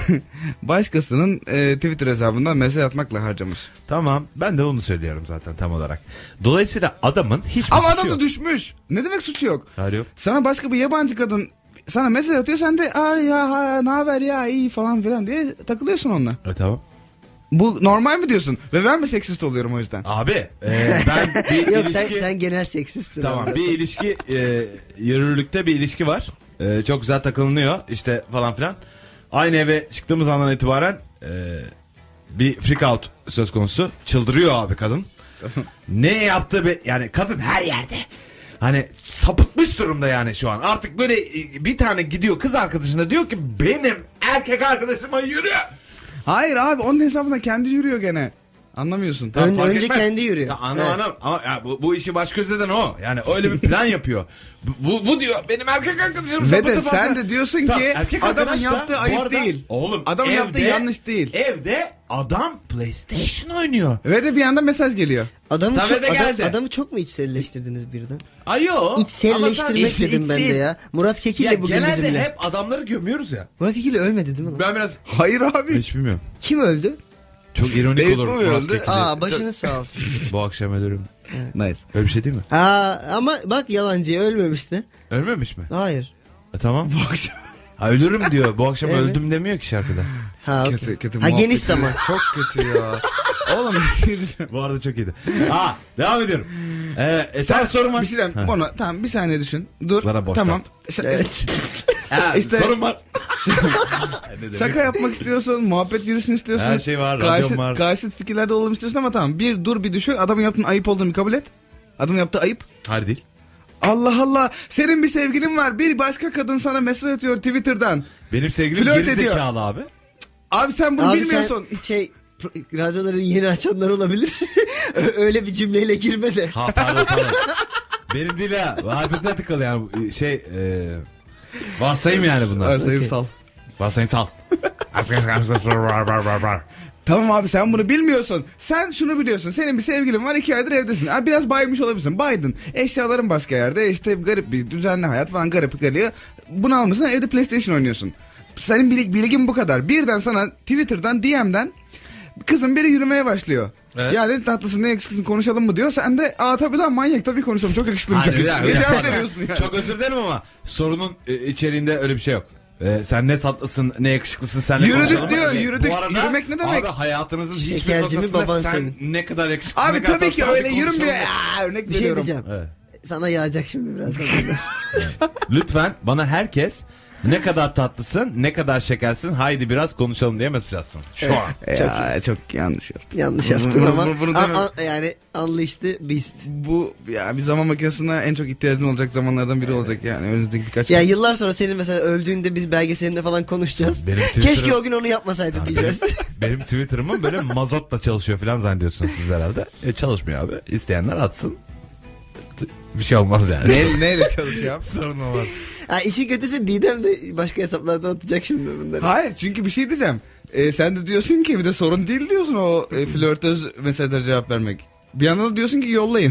Twitter hesabından mesaj atmakla harcamış. Tamam ben de onu söylüyorum zaten tam olarak. Dolayısıyla adamın hiçbir Ama suçu adam da yok. düşmüş. Ne demek suçu yok? Hayır yok. Sana başka bir yabancı kadın sana mesaj atıyor, sen de ay ya ne haber ya iyi falan filan diye takılıyorsun onunla. Tamam. Bu normal mi diyorsun? Ve ben mi seksist oluyorum o yüzden? Abi ben bir Yok ilişki... sen genel seksistsin. Tamam abi. bir ilişki yürürlükte bir ilişki var. Çok güzel takılınıyor işte falan filan. Aynı eve çıktığımız andan itibaren bir freak out söz konusu. Çıldırıyor abi kadın. Ne yaptı yani kadın her yerde. Hani sapıtmış durumda yani şu an. Artık böyle bir tane gidiyor kız arkadaşına diyor ki benim erkek arkadaşıma yürü. Hayır abi, onun hesabına kendi yürüyor gene. Anlamıyorsun. Tamam, fark Önce etmez. kendi yürüyor. Ya, anam Evet. anam ama ya, bu işi baş göz eden o. Yani öyle bir plan yapıyor. Bu diyor benim erkek arkadaşım Ve sapıtı de falan. sen de diyorsun Tamam, ki erkek adamın arkadaş da yaptığı bu ayıp arada- değil. Oğlum Adamın yaptığı yanlış değil. Evde adam PlayStation oynuyor. Ve de bir anda mesaj geliyor. Tabii de geldi. Adamı çok mu içselleştirdiniz birden? Ayo. İçselleştirmek dedim ben de ya. Murat Kekilli Ya bugün genelde bizimle. hep adamları gömüyoruz ya. Murat Kekilli ölmedi değil mi lan? Ben biraz Hayır abi. hiç bilmiyorum. Kim öldü? Çok ironik David olur Bowie Murat öldü. Kekilli. Aa başınız sağ olsun. Bu akşam ölürüm. Nice. Öyle bir şey değil mi? Ama bak yalancı ölmemişti. Ölmemiş mi? Hayır. Tamam. Bu akşam. Ha, ölürüm diyor. Bu akşam Evet. öldüm demiyor ki şarkıda. Ha, Kötü, okey. kötü Ha muhabbet. geniş zaman. Çok kötü ya. Oğlum bir şey diyeceğim. Bu arada çok iyiydi. Devam ediyorum. Sen sorum var. Bir şey diyeyim. Ha. Onu tamam bir saniye düşün. Dur. Bana boş Tamam. Ha, İşte- sorun var. Şaka yapmak istiyorsun, muhabbet yürüsün istiyorsun. Her şey var, radyom var. Karşıt fikirlerde olalım istiyorsun ama tamam. Bir dur bir düşün. Adamın yaptığın ayıp olduğunu kabul et. Adamın yaptığı ayıp. Hayır değil. Allah Allah. Senin bir sevgilin var. Bir başka kadın sana mesaj atıyor Twitter'dan. Benim sevgilim Flört geri ediyor. zekalı abi. Abi sen bunu Abi bilmiyorsun. sen radyoları yeni açanlar olabilir. Öyle bir cümleyle girme de. Ha pardon. Benim değil ha. Hypothetical yani şey varsayım yani bunlar. Varsayımsal. Varsayımsal. Tamam abi sen bunu bilmiyorsun. Sen şunu biliyorsun. Senin bir sevgilin var, 2 aydır evdesin. Abi biraz baymış olabilirsin. Baydın. Eşyaların başka yerde. İşte garip bir düzenli hayat falan garip geliyor. Bunu almışsın, evde PlayStation oynuyorsun. Senin bilgin bu kadar. Birden sana Twitter'dan DM'den kızın biri yürümeye başlıyor. Evet. Ya ne tatlısın ne yakışıklısın konuşalım mı diyor. Sen de tabii lan manyak tabii konuşalım çok yakışıklıyım. Ne cevap veriyorsun yani. Çok özür dilerim ama sorunun içeriğinde öyle bir şey yok. Sen ne tatlısın ne yakışıklısın sen yürüdük diyor yürüdük. Yürümek ne demek? Abi hayatınızın hiçbir noktasında sen senin. Ne kadar yakışıklısın. Abi tabii ki öyle yürümüyor. Örnek bir şey veriyorum. diyeceğim. Evet. Sana yağacak şimdi birazdan. Lütfen bana herkes ne kadar tatlısın, ne kadar şekersin, haydi biraz konuşalım diye mesaj atsın. Şu an. Çok yanlış yaptın. Yanlış yaptın ama yani unleashed the beast. Bu ya bir zaman makinesine en çok ihtiyacın olacak zamanlardan biri olacak yani önümüzdeki birkaç ya yıllar sonra senin mesela öldüğünde biz belgeselinde falan konuşacağız. Keşke o gün onu yapmasaydı diyeceğiz. Benim Twitter'ımın böyle mazotla çalışıyor falan zannediyorsunuz siz herhalde. Çalışmıyor abi. İsteyenler atsın. Bir şey olmaz yani. Neyle çalışıyor abi? Sorun olmaz. Ha, işin kötüsü Didem de başka hesaplardan atacak şimdi bunları. Hayır çünkü bir şey diyeceğim. Sen de diyorsun ki bir de sorun değil diyorsun o flörtöz mesajlara cevap vermek. Bir yandan da diyorsun ki yollayın.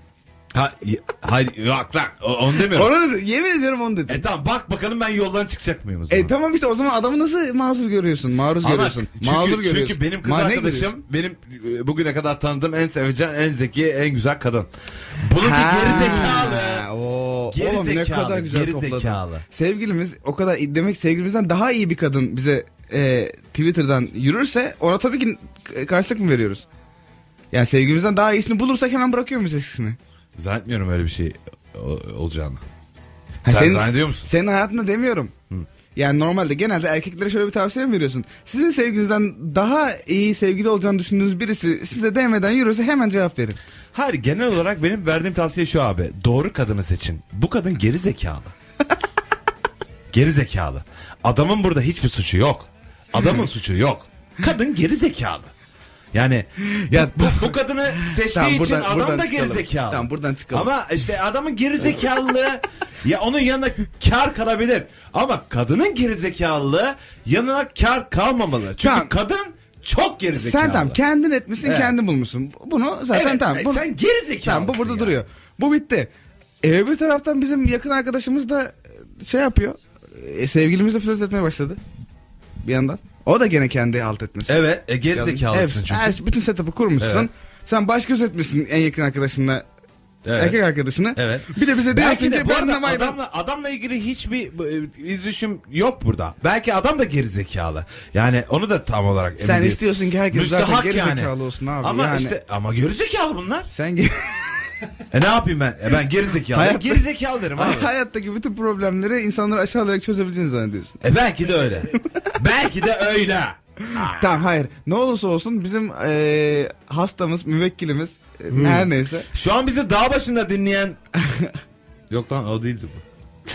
Hayır yok lan onu demiyorum. Onu dedi, yemin ediyorum onu dedi. Tamam bak bakalım ben yoldan çıkacak mıyım o zaman? Tamam işte o zaman adamı nasıl mazur görüyorsun? Maruz görüyorsun. Çünkü benim kız arkadaşım benim bugüne kadar tanıdığım en sevecen, en zeki, en güzel kadın. Bununki geri zekalı. Oğlum ne kadar güzel topladın. Sevgilimiz o kadar demek sevgilimizden daha iyi bir kadın bize Twitter'dan yürürse ona tabii ki karşılık mı veriyoruz? Yani sevgilimizden daha iyisini bulursak hemen bırakıyor muyuz eskisini? Zannetmiyorum öyle bir şey olacağını. Sen zannediyor musun? Senin hayatında demiyorum. Yani normalde genelde erkeklere şöyle bir tavsiye mi veriyorsun? Sizin sevgilinizden daha iyi sevgili olacağını düşündüğünüz birisi size değmeden yürürse hemen cevap verin. Hayır genel olarak benim verdiğim tavsiye şu abi. Doğru kadını seçin. Bu kadın geri zekalı. Geri zekalı. Adamın burada hiçbir suçu yok. Adamın suçu yok. Kadın geri zekalı. Yani ya bu kadını seçtiği tamam, için adam da gerizekalı. Tamam buradan çıkalım. Ama işte adamın gerizekalılığı ya onun yanına kar kalabilir. Ama kadının gerizekalılığı yanına kar kalmamalı. Çünkü tamam. Kadın çok gerizekalı. Sen tamam kendin etmişsin kendin bulmuşsun. Bunu zaten tamam. Sen gerizekalısın. Tamam bu burada duruyor. Bu bitti. Bir taraftan bizim yakın arkadaşımız da şey yapıyor. Sevgilimizle flört etmeye başladı. Bir yandan. O da gene kendi halt etmesi. Evet gerizekalısın çünkü. Bütün setup'ı kurmuşsun. Evet. Sen baş göz etmişsin en yakın arkadaşınla. Evet. Erkek arkadaşını. Evet. Bir de bize diyorsun ki adamla ilgili hiçbir izlüşüm yok burada. Belki adam da gerizekalı. Yani onu da tam olarak emin sen istiyorsun ki herkes zaten gerizekalı yani. Olsun abi. Ama yani. işte ama gerizekalı bunlar. Sen ne yapayım ben? Ben gerizekalı. Gerizekalı derim abi. Hayattaki bütün problemleri insanları aşağılayarak çözebileceğini zannediyorsun. Belki de öyle. Belki de öyle. Tamam hayır. Ne olursa olsun bizim hastamız, müvekkilimiz her neyse. Şu an bizi dağ başında dinleyen... Yok lan o değildi bu.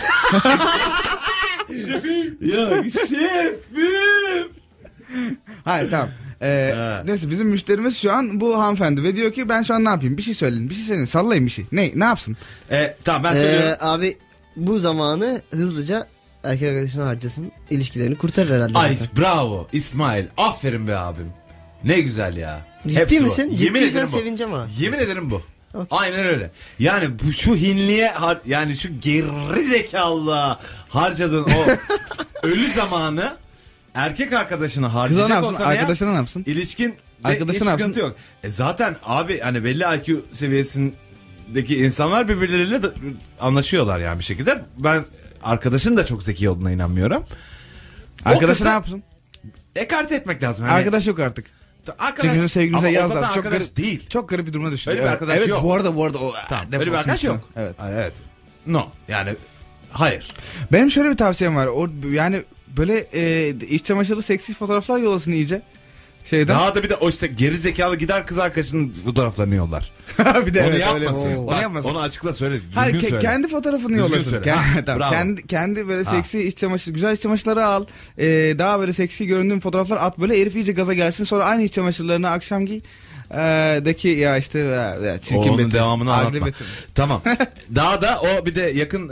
Şefim. Ya şefim. Hayır tamam. Neyse bizim müşterimiz şu an bu hanımefendi ve diyor ki ben şu an ne yapayım? Bir şey söyleyin. Bir şey söyleyin. Sallayın bir şey. Ne yapsın? Tamam ben söylüyorum. Abi bu zamanı hızlıca erkek arkadaşına harcasın. İlişkilerini kurtarır herhalde. Ay zaten. Bravo İsmail. Aferin be abim. Ne güzel ya. Ciddi hepsi misin? Bu. Yemin ederim sevineceğim ha. Yemin ederim bu. Okay. Aynen öyle. Yani bu şu hinliğe yani şu geri zekalılığa harcadığın o ölü zamanı erkek arkadaşına harcayacak olsan arkadaşına ne yapsın? İlişkin arkadaşına hiç sıkıntı yok. Zaten abi hani belli IQ seviyesindeki insanlar birbirleriyle de anlaşıyorlar yani bir şekilde. Ben arkadaşın da çok zeki olduğuna inanmıyorum. Arkadaşı ne yapsın? Ekarte etmek lazım. Hani... Arkadaş yok artık. Çünkü sevgilimize yazlar. Çok garip değil. Çok garip bir duruma düştü. Öyle bir arkadaş yok. Bu arada o. Tamam. Öyle bir arkadaş yok. Evet. No. Yani hayır. Benim şöyle bir tavsiyem var. Yani böyle iç çamaşırlı seksi fotoğraflar yollasın iyice. Daha da bir de o işte geri zekalı gider kız arkadaşının fotoğraflarını yollar. Bir de onu yapmasın. Onu yapmasın. Onu açıkla söyle. Hayır kendi fotoğrafını yollasın. Kendi böyle seksi iç çamaşır, güzel iç çamaşırları al. Daha böyle seksi göründüğün fotoğraflar at böyle herif iyice gaza gelsin. Sonra aynı iç çamaşırlarını akşam giy. Deki ya işte ya çirkin Onun Betty. devamını Ugly anlatma. Betty. Tamam. Daha da o bir de yakın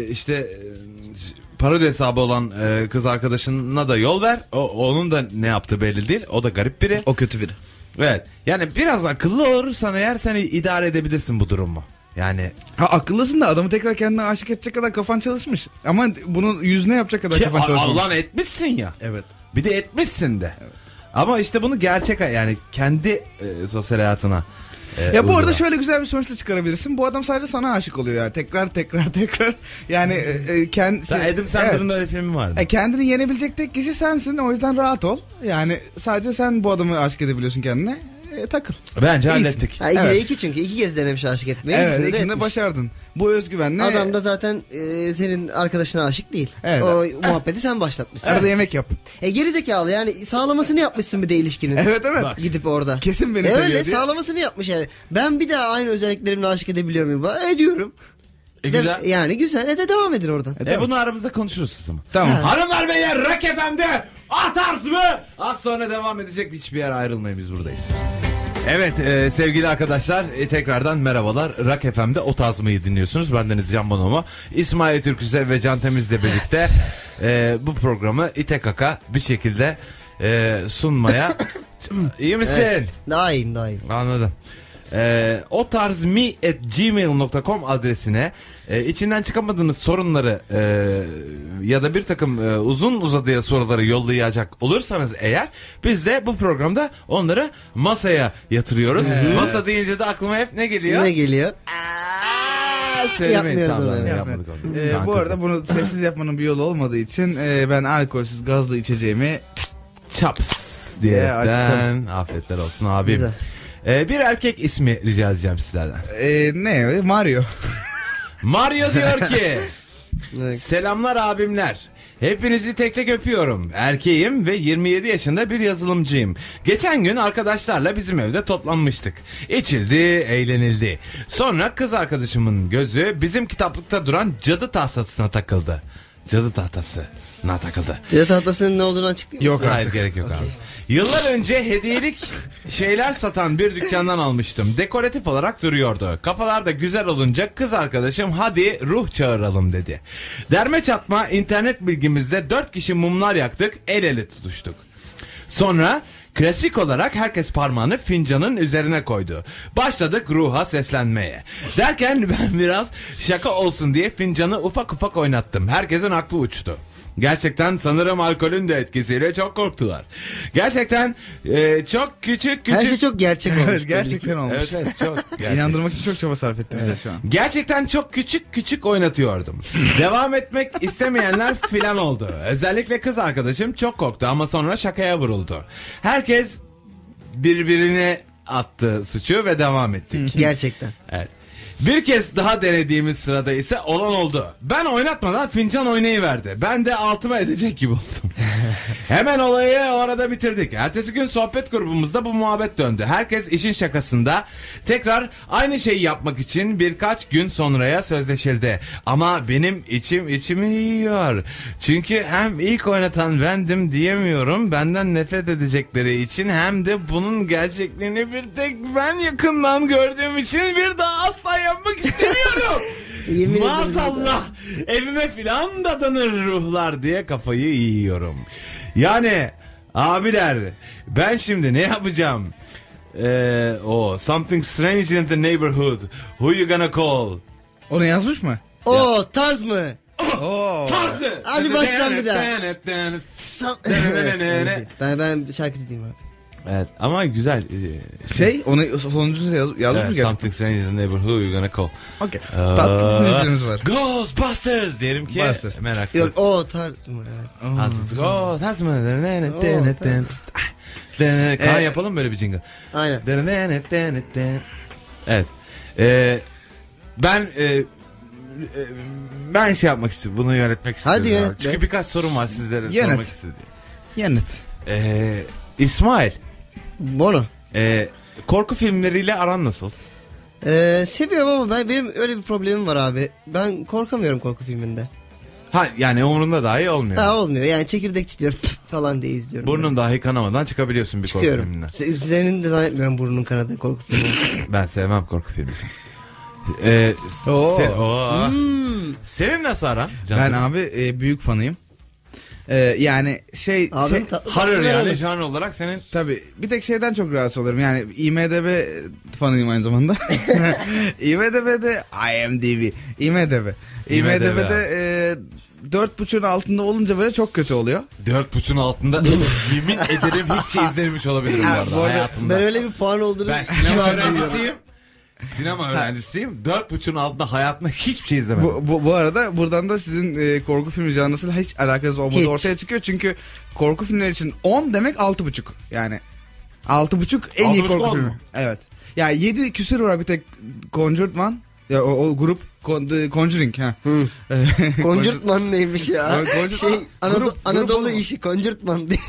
parodi hesabı olan kız arkadaşına da yol ver. Onun da ne yaptığı belli değil. O da garip biri. O kötü biri. Evet. Yani biraz akıllı olursan eğer sen idare edebilirsin bu durumu. Yani Akıllısın da adamı tekrar kendine aşık edecek kadar kafan çalışmış. Ama bunu yüzüne yapacak kadar ki kafan çalışmamış. Allah'ın etmişsin ya. Evet. Bir de etmişsin de. Evet. Ama işte bunu gerçek yani kendi sosyal hayatına Ya bu uygula. arada şöyle güzel bir sonuçta çıkarabilirsin. Bu adam sadece sana aşık oluyor ya. Tekrar. Yani kendisi... Adam Sandler'ın öyle filmi vardı. Kendini yenebilecek tek kişi sensin. O yüzden rahat ol. Yani sadece sen bu adamı aşık edebiliyorsun kendine. Takıl. Bence İyisin. hallettik. Ha, 2'de Evet. 2 çünkü 2 kez denemiş aşık etmeyi. Evet, İkisini de ikisini de etmiş. başardın. Bu özgüvenle... Adam da zaten senin arkadaşına aşık değil. Evet. O muhabbeti sen başlatmışsın. Arada yemek yap. Gerizekalı yani sağlamasını yapmışsın bir de ilişkinin. Evet. Bak. Gidip orada. Kesin beni seviyor öyle diye. sağlamasını yapmış yani. Ben bir daha aynı özelliklerimle aşık edebiliyor muyum? Ediyorum. Güzel. Yani güzel. De devam edin oradan. Bunu aramızda konuşuruz o zaman. Tamam. Hanımlar beyler Rock FM'de Atars mı? Az sonra devam edecek, hiçbir yere ayrılmayın, biz buradayız. Evet sevgili arkadaşlar tekrardan merhabalar. Rock FM'de O Tarz mı'yı dinliyorsunuz. Bendeniz Can Bonomo, İsmail Türküse ve Can Temiz'le birlikte bu programı ite kaka bir şekilde sunmaya... İyi misin? Evet. Daha iyiyim. Anladım. otarzmi@gmail.com adresine içinden çıkamadığınız sorunları ya da bir takım uzun uzadıya soruları yollayacak olursanız eğer, biz de bu programda onları masaya yatırıyoruz. Masa deyince de aklıma hep ne geliyor? Ne geliyor? Söylemeyin. Yapmıyoruz Tamam, onu, evet. yapmadık onu. Bu Tamam, arada bunu sessiz yapmanın bir yolu olmadığı için ben alkolsüz gazlı içeceğimi Chaps diyerekten afiyetler olsun abim. Güzel. Bir erkek ismi rica edeceğim sizlerden. ne Mario. Mario diyor ki Evet. selamlar abimler. Hepinizi tek tek öpüyorum. Erkeğim ve 27 yaşında bir yazılımcıyım. Geçen gün arkadaşlarla bizim evde toplanmıştık. İçildi, eğlenildi. Sonra kız arkadaşımın gözü bizim kitaplıkta duran cadı tahtasına takıldı. Cadı tahtasına takıldı. Cadı tahtasının ne olduğunu açıklayayım mısın? Yok, hayır, gerek yok abi. Yıllar önce hediyelik şeyler satan bir dükkandan almıştım. Dekoratif olarak duruyordu. Kafalar da güzel olunca kız arkadaşım hadi ruh çağıralım dedi. Derme çatma internet bilgimizde 4 kişi mumlar yaktık, el ele tutuştuk. Sonra klasik olarak herkes parmağını fincanın üzerine koydu. Başladık ruha seslenmeye. Derken ben biraz şaka olsun diye fincanı ufak ufak oynattım. Herkesin aklı uçtu. Gerçekten sanırım alkolün de etkisiyle çok korktular. Gerçekten çok küçük. Her şey çok gerçek olmuş. Evet, gerçekten olmuş. Evet çok gerçek. İnandırmak için çok çaba sarf etti bize şu an. Gerçekten çok küçük oynatıyordum. Devam etmek istemeyenler filan oldu. Özellikle kız arkadaşım çok korktu ama sonra şakaya vuruldu. Herkes birbirine attı suçu ve devam ettik. Gerçekten. Evet. Bir kez daha denediğimiz sırada ise olan oldu. Ben oynatmadan fincan oynayıverdi. Ben de altıma edecek gibi oldum. Hemen olayı orada bitirdik. Ertesi gün sohbet grubumuzda bu muhabbet döndü. Herkes işin şakasında tekrar aynı şeyi yapmak için birkaç gün sonraya sözleşildi. Ama benim içimi yiyor. Çünkü hem ilk oynatan bendim diyemiyorum. Benden nefret edecekleri için hem de bunun gerçekliğini bir tek ben yakından gördüğüm için bir daha asla yapmak istemiyorum. Yemin ederim. Maazallah evime filan dadanır ruhlar diye kafayı yiyorum. Yani abiler, ben şimdi ne yapacağım? Something strange in the neighborhood. Who you gonna call? Onu yazmış mı? O tarz mı? Oo. Tarzı. Hadi baştan bir daha. Ben şarkıcı değilim abi. Evet ama güzel. Onu sonuncusunu yazmış mı gerçekten? Something strange in the neighborhood. Who you gonna call? Okey. Tatlı dinleyicilerimiz var. Ghostbusters diyelim ki. Busters. Meraklı. Yok o tarz mı? Evet. Tarz mı? Kaan yapalım böyle bir jingle. Aynen. Evet. Ben şey yapmak istiyorum. Bunu yönetmek istiyorum. Hadi yönet be. Çünkü birkaç sorum var sizlere Yönet. sormak istediğim. Yanıt. İsmail, Bono. korku filmleriyle aran nasıl? Seviyorum ama benim öyle bir problemim var abi. Ben korkamıyorum korku filminde. Ha yani umurunda dahi olmuyor. Daha olmuyor. Yani çekirdek çitliyor falan diye izliyorum. Burnun dahi kanamadan çıkabiliyorsun bir korku Çıkıyorum. filminden. Senin de zannetmiyorum burnun kanadığı korku filmi. Ben sevmem korku filmi. Senin nasıl aran? Ben abi büyük fanıyım. Yani Abi, horror yani janr olarak senin tabii bir tek şeyden çok rahatsız olurum. Yani IMDb fanıyım aynı zamanda. IMDb'de IMDb'de 4.5'un altında olunca böyle çok kötü oluyor. 4.5'un altında yemin ederim hiçbir şey izlememiş olabilirim bu arada hayatımda. Ben öyle bir puan olduğunu Ben sinema öğrencisiyim. Sinema öğrencisiyim. 4.5'un altında hayatımda hiçbir şey izlemedim. Bu arada buradan da sizin korku filmi janrısıyla hiç alakası olmadığı Hiç. ortaya çıkıyor. Çünkü korku filmleri için 10 demek 6.5. Yani 6.5 en iyi 6.5 korku 10 filmi. mu? Evet. Yani 7 küsür var bir tek Conjured One. Ya o grup The Conjuring ha. Koncurtman neymiş ya? Abi, Conjured- grup Anadolu olur mu? işi Koncurtman diye.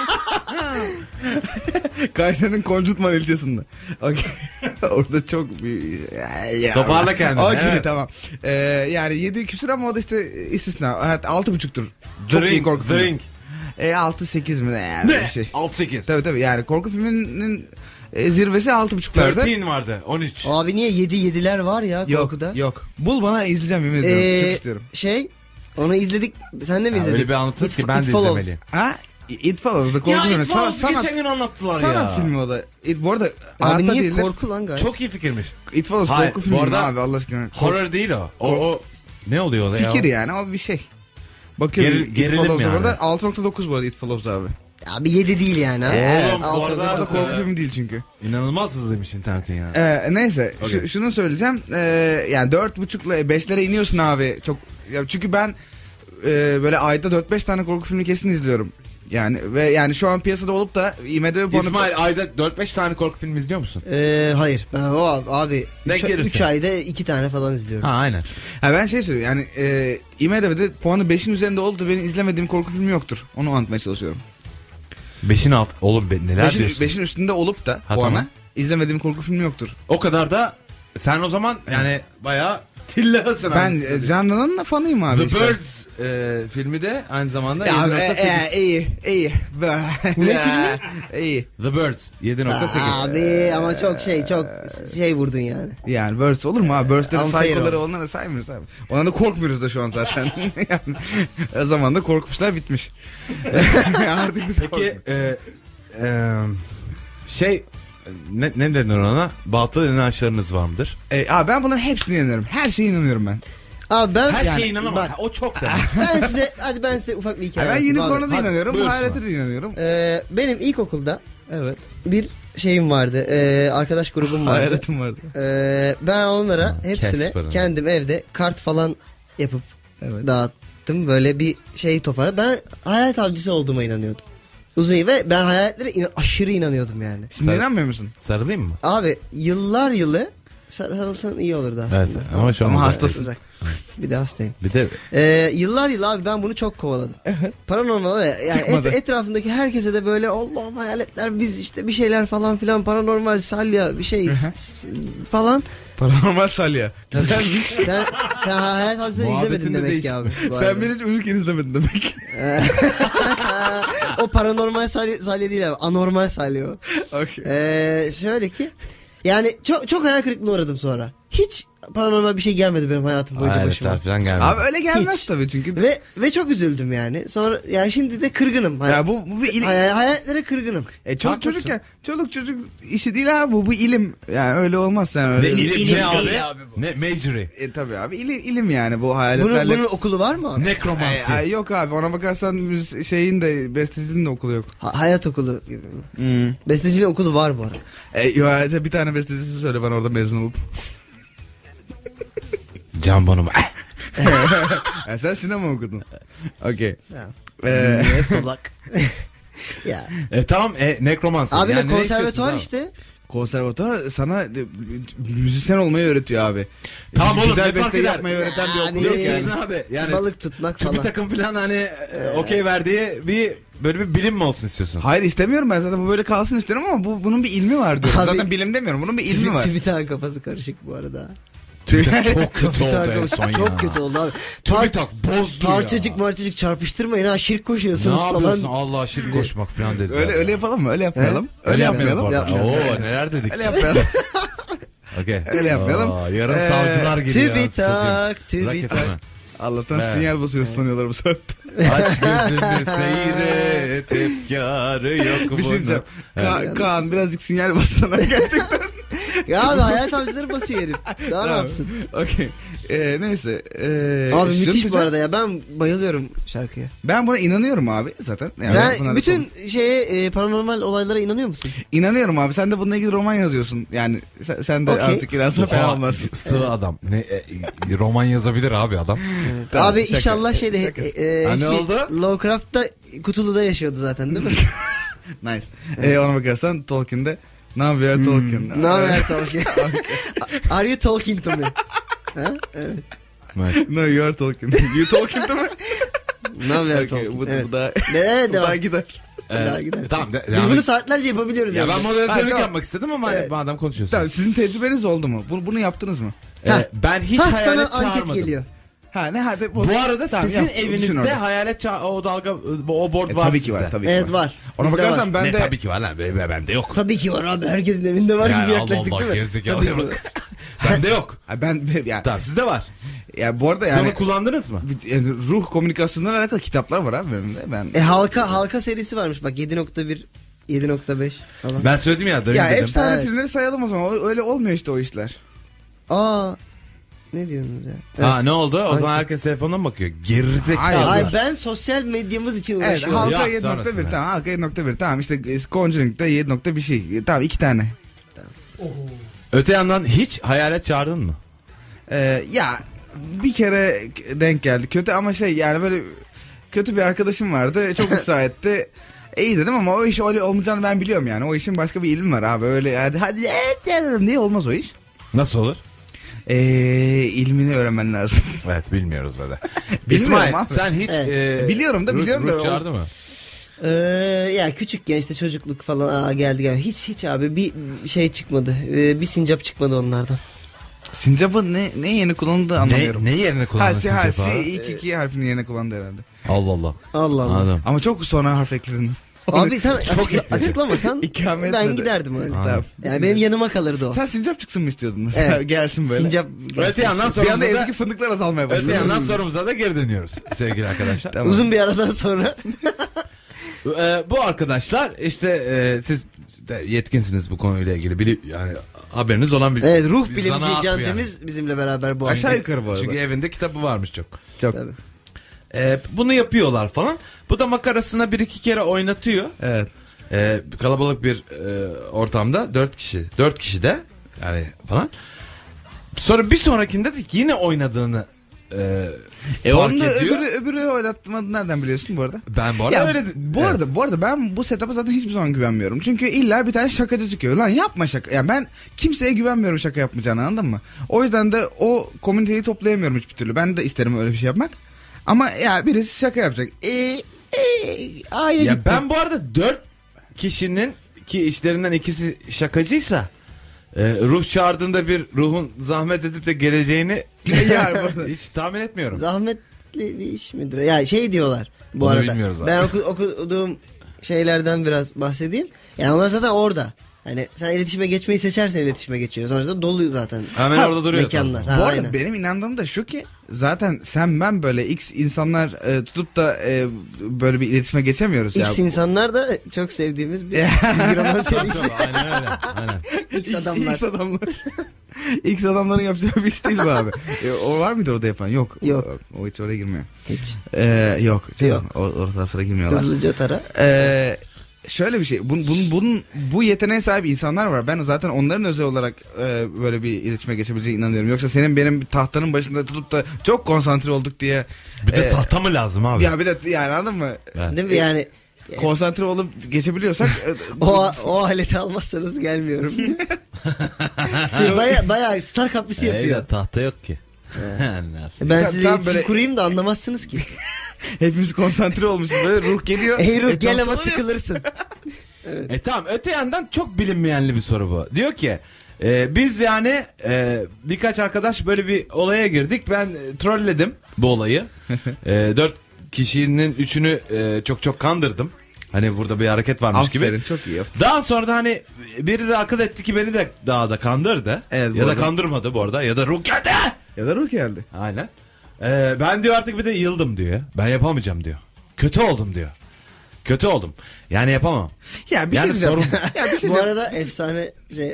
Kayseri'nin Conjured ilçesinde. Okay. Orada çok bir... Toparla kendini. Okey Evet. tamam. Yani 7 küsür ama o da işte istisna. Evet 6.5'tur. Çok iyi korku The filmi. Ring. 6-8 mi ne yani bir şey. 6-8. Tabii yani korku filminin zirvesi 6.5'larda. 13 vardı. 13. Abi niye 7'ler var ya korkuda? Yok. Bul bana izleyeceğim yemin ediyorum. Çok istiyorum. Onu izledik. Sen de mi Ya izledin? öyle bir anlatırız ki ben de Follows. izlemeliyim. Ha? It Follows da korku filmi. geçen gün anlattılar ya. Sanat filmi o da. Bu arada Abi hayatta niye değildir. korku lan gayet? Çok iyi fikirmiş. It Follows Hayır, korku bu filmi arada abi Allah aşkına. Horror değil o. O ne oluyor o ya? Fikir yani o bir şey. Bakıyorum Gerilim It Follows yani. orada 6.9 bu arada It Follows abi. Abi 7 değil yani. Ha? Oğlum, bu Altı- arada- O da korku filmi değil çünkü. İnanılmaz hızlıymış internetin yani. Neyse Okay. şunu söyleyeceğim. Yani 4.5'la 5'lere iniyorsun abi. Çok ya çünkü ben böyle ayda 4-5 tane korku filmi kesin izliyorum. Yani ve yani şu an piyasada olup da IMDb puanı İsmail ayda 4-5 tane korku filmi izliyor musun? Hayır. Ben abi Denk 3 gelirse. ayda 2 tane falan izliyorum. Ha aynen. Ha ben şey söylüyorum yani IMDb'de puanı 5'in üzerinde oldu da benim izlemediğim korku filmi yoktur. Onu anlatmaya çalışıyorum. 5'in alt. Oğlum neler diyorsun? 5'in üstünde olup da Ha, puanı tamam. izlemediğim korku filmi yoktur. O kadar da sen o zaman yani bayağı tillasın. Ben janrının fanıyım abi The işte. Birds filmi de aynı zamanda Ya, 7.8. iyi. Ne filmi? İyi. The Birds 7.8. Abi ama çok şey vurdun yani. Yani Burst olur mu abi? Burst'leri Unfair saykoları onlara saymıyoruz abi. Ondan da korkmuyoruz da şu an zaten. Yani, o zaman da korkmuşlar bitmiş. Artık biz Peki korkmuyoruz. ne denir ona? Batıl inançlarınız var mıdır? Abi ben bunların hepsine inanıyorum. Her şeye inanıyorum ben. Abi ben Her yani, şeye inanamam. bak, O çok demek. ben size ufak bir hikaye Ben anlatayım abi. Unicorn'a da Hadi, inanıyorum. buyursun. Hayalete de inanıyorum. Benim ilkokulda Evet. bir şeyim vardı. Arkadaş grubum vardı. Hayaletim vardı. Ben onlara hepsine Casper'ın. kendim evde kart falan yapıp dağıttım. Böyle bir şey toparladım. Ben hayalet avcısı olduğuma inanıyordum. Uzayı ve ben hayaletlere aşırı inanıyordum yani. Şimdi Sen- inanmıyor musun? Sarılayım mı? Abi yıllar yılı sarılsan iyi olurdu aslında. Evet ama şu an Ama uzak. hastasın. Uzak. Bir de hastayım. Bir de Yıllar yılı abi ben bunu çok kovaladım. Paranormal yani Çıkmadı. etrafındaki herkese de böyle Allah'ım hayaletler biz işte bir şeyler falan filan paranormal salya bir şey falan. Paranormal salya. Sen hayalet avcıları Muhabbetin izlemedin de demek ki değişik. abi. bu Sen arada. beni hiç uyurken izlemedin demek. O paranormal salya değil abi. Anormal salya o. Okay. Şöyle ki yani çok hayal kırıklığına uğradım sonra. Hiç paranormal bir şey gelmedi benim hayatım boyunca başıma. hayaletler falan gelmedi. Abi öyle gelmez Hiç. tabii çünkü. Ve çok üzüldüm yani. Sonra yani şimdi de kırgınım. Ya bu bir ilim. Hayatlere kırgınım. Çoluk çocuk işi değil abi bu ilim. Yani öyle olmaz sen öyle. Ne ilim ilim ne abi? değil Ne majory? Tabii abi ilim yani bu hayaletlerle. Bunun okulu var mı abi? Nekromansi. Yok abi ona bakarsan şeyin de besteciliğin de okulu yok. Hayat okulu gibi. Besteciliğin okulu var bu arada. Bir tane bestecisi söyle bana orada mezun olup. Can Bonomo. Sen sinema okudun. Okey. Ne salak. Ya. Tamam nekromansi. Abi Yani ne ne konservatuvar istiyorsun işte. Konservatuvar sana müzisyen olmayı öğretiyor abi. Tamam oğlum, Güzel ne fark beste eder? yapmayı öğreten bir Yani okul Ne yok istiyorsun yani. abi? Yani Balık tutmak bir falan. takım falan hani okey verdiği bir böyle bir bilim mi olsun istiyorsun? Hayır istemiyorum ben zaten bu böyle kalsın istiyorum ama bunun bir ilmi var diyorum. Abi- Zaten bilim demiyorum bunun bir ilmi var. Twitter'ın kafası karışık bu arada. TÜBİTAK çok kötü oldu en TÜBİTAK son ya. çok kötü oldu abi. TÜBİTAK bozdu ya. Parçacık çarpıştırmayın ha, şirk Ne koşuyorsunuz yapıyorsun? falan. Allah şirk koşmak falan dedi. Öyle yapalım mı? Öyle yapmayalım. Öyle yapmayalım. Oo neler dedik. Öyle yapmayalım. Okay. Öyle yapmayalım. Yarın savcılar geliyor. TÜBİTAK, TÜBİTAK. Allah'tan Evet. sinyal basıyoruz sanıyorlar bu saatte. Aç gözünü seyret, efkarı yok Bir şey diyeceğim. bunun. Kaan birazcık sinyal bassana gerçekten. Ya abi hayal avcıları basıyor herif. Daha ne Tamam. yapsın? Okey. Neyse. Abi şunu müthiş bu diyeceğim. arada ya, ben bayılıyorum şarkıya. Ben buna inanıyorum abi zaten. Yani Sen buna- bütün paranormal olaylara inanıyor musun? İnanıyorum abi. Sen de bununla ilgili roman yazıyorsun. Yani sen de Okey. azıcık inansan fena olmaz. Sığ adam. Roman yazabilir abi adam. Tamam, abi şaka. inşallah şeyde Şaka. Ha, ne oldu? Lovecraft'ta Cthulhu'da yaşıyordu zaten değil mi? Nice. Ona bakarsan Tolkien'de ne yapıyor Tolkien? Ne haber Tolkien? Are you talking to me? Ha? Evet. No you are Tolkien. You Tolkien değil mi? Ne haber Okay, Tolkien? bu Evet. da Evet, bu devam. daha gider. Daha gider. Tamam. Biz bunu saatlerce yapabiliyoruz. Ya yani. ben moderatörlük tamam. yapmak istedim ama madem konuşuyorsun. Tamam sizin tecrübeniz oldu mu? Bunu yaptınız mı? Ben hiç Hah, hayalet sana anket çağırmadım. geliyor. Ha ne hadi Bu arada Tamam, sizin yap, düşün evinizde orada. hayalet o dalga o board var Tabii ki sizde. var tabii ki Evet var. Ona Bizde bakarsan var. ben Ne de tabii ki var lan bende yok. Tabii ki var abi, herkesin evinde var gibi yaklaştık Allah değil mi? gerizekalı. Tabii ki. Bende yok. Ha, ben yani, Tamam sizde var. ya bu arada Siz yani onu kullandınız mı? yani ruh komünikasyonlarla alakalı kitaplar var abi benim de. Ben Halka serisi varmış bak, 7.1 7.5 falan. Ben söyledim ya. ya dedim. efsane Evet. filmleri sayalım o zaman. Öyle olmuyor işte o işler. Aa, ne diyorsunuz ya? Ha ne oldu? O Hangi- zaman herkes telefonuna mı bakıyor? Gerizekalı. Hayır. Ay ben sosyal medyamız için Evet uğraşıyorum. halka Ya, 7.1 sonrasında. tamam halka 7.1 tamam işte Conjuring'de 7 nokta bir şey. Tamam 2 tane. Öte yandan hiç hayalet çağırdın mı? Ya bir kere denk geldi. Kötü ama yani böyle kötü bir arkadaşım vardı. Çok ısrar etti. İyi dedim ama o iş öyle olmayacağını ben biliyorum yani. O işin başka bir ilmi var abi. Öyle hadi diye olmaz o iş. Nasıl olur? İlmini öğrenmen lazım. Evet bilmiyoruz böyle. Bilmiyorum İsmail abi. sen hiç Evet. Biliyorum da Ruh çağırdı mı? Ya küçükken işte çocukluk falan geldi. Hiç abi bir şey çıkmadı. Bir sincap çıkmadı onlardan. Sincap'ın ne yeni kullanıldığı anlamıyorum. Ne yerine kullandın sincapı abi? ilk iki harfini yerine kullandı herhalde. Allah Allah. Allah Allah. Anladım. Ama çok sonra harf ekledin. Abi sen itici. açıklamasan İkamet ben dedi. giderdim öyle. Anladım. Yani benim yanıma kalırdı o. Sen sincap çıksın mı istiyordun mesela? Evet. Gelsin böyle. Sincap Öte yandan Bir anda sorumuza da, evdeki fındıklar azalmaya başladı. öte yandan sorumuza da geri dönüyoruz sevgili arkadaşlar. Tamam. uzun bir aradan sonra. Bu arkadaşlar işte siz de yetkinsiniz bu konuyla ilgili yani haberiniz olan bir Evet, ruh bir bilimci zanaat bu Can yani. Temiz bizimle beraber bu Aşağı hafta. yukarı bu arada. Çünkü evinde kitabı varmış çok. Çok. Tabii. Bunu yapıyorlar falan. Bu da makarasına bir iki kere oynatıyor. Evet. Kalabalık bir ortamda 4 kişi de yani falan. Sonra bir sonrakinde de yine oynadığını fark Onu da ediyor. öbürü oynatmadı nereden biliyorsun bu arada? Ben bu arada Ya, öyle bu arada ben bu setup'a zaten hiçbir zaman güvenmiyorum. Çünkü illa bir tane şakacı çıkıyor. Lan yapma şaka. Yani ben kimseye güvenmiyorum şaka yapmayacağını, anladın mı? O yüzden de o komüniteyi toplayamıyorum hiçbir türlü. Ben de isterim öyle bir şey yapmak. Ama ya birisi şaka yapacak. A'ya Ya gitti. ben bu arada 4 kişinin ki işlerinden ikisi şakacıysa ruh çağırdığında bir ruhun zahmet edip de geleceğini Yani bu- hiç tahmin etmiyorum. Zahmetli bir iş midir? Ya şey diyorlar bu Bunu arada. bilmiyoruz abi. Ben okuduğum şeylerden biraz bahsedeyim. Yani onlar zaten orada. Hani sen iletişime geçmeyi seçersen iletişime geçiyor. Sonuçta dolu zaten. Hemen orada duruyor. Mekanlar. zaten. Bu arada aynen. benim inandığım da şu ki zaten sen ben böyle X insanlar tutup da böyle bir iletişime geçemiyoruz. X ya. insanlar da çok sevdiğimiz bir çizgi roman serisi. Tabii, aynen öyle. Aynen. X adamlar. X adamlar. X adamların yapacağı bir iş değil bu abi. O var mıydı orada yapan? Yok. Yok. O hiç oraya girmiyor. Hiç. Yok. Yok. O taraflara girmiyorlar. Hızlıca tara. Şöyle bir şey. Bu yeteneğe sahip insanlar var. Ben zaten onların özel olarak böyle bir iletişime geçebileceğine inanıyorum. Yoksa senin benim tahtanın başında tutup da çok konsantre olduk diye. Bir de tahta mı lazım abi? Ya bir de yani anladın mı? Evet. Değil mi yani? Konsantre olup geçebiliyorsak O aleti almazsanız gelmiyorum. Baya star kaprisi yapıyor. Tahta yok ki. Nasıl? Ben Tam- size tam iletişim böyle- kurayım da anlamazsınız ki. hepimiz konsantre olmuşuz böyle ruh geliyor. Ey ruh gel ama Etrafta oluyor. sıkılırsın. Tamam öte yandan çok bilinmeyenli bir soru bu. Diyor ki Biz yani birkaç arkadaş böyle bir olaya girdik. Ben trolledim bu olayı. 4 kişinin 3'ünü çok kandırdım. Hani burada bir hareket varmış gibi. Aferin, çok iyi yaptın. Daha sonra da hani biri de akıl etti ki beni de daha da kandırdı. Evet, ya da arada. kandırmadı bu arada. Ya da ruh geldi. Ya da ruh geldi. Aynen. Ben diyor artık bir de yıldım diyor. Ben yapamayacağım diyor. Kötü oldum diyor. Kötü oldum. Yani yapamam. Ya bir Yani şey diyeceğim. sorun- Ya bir şey Bu diyeceğim. arada efsane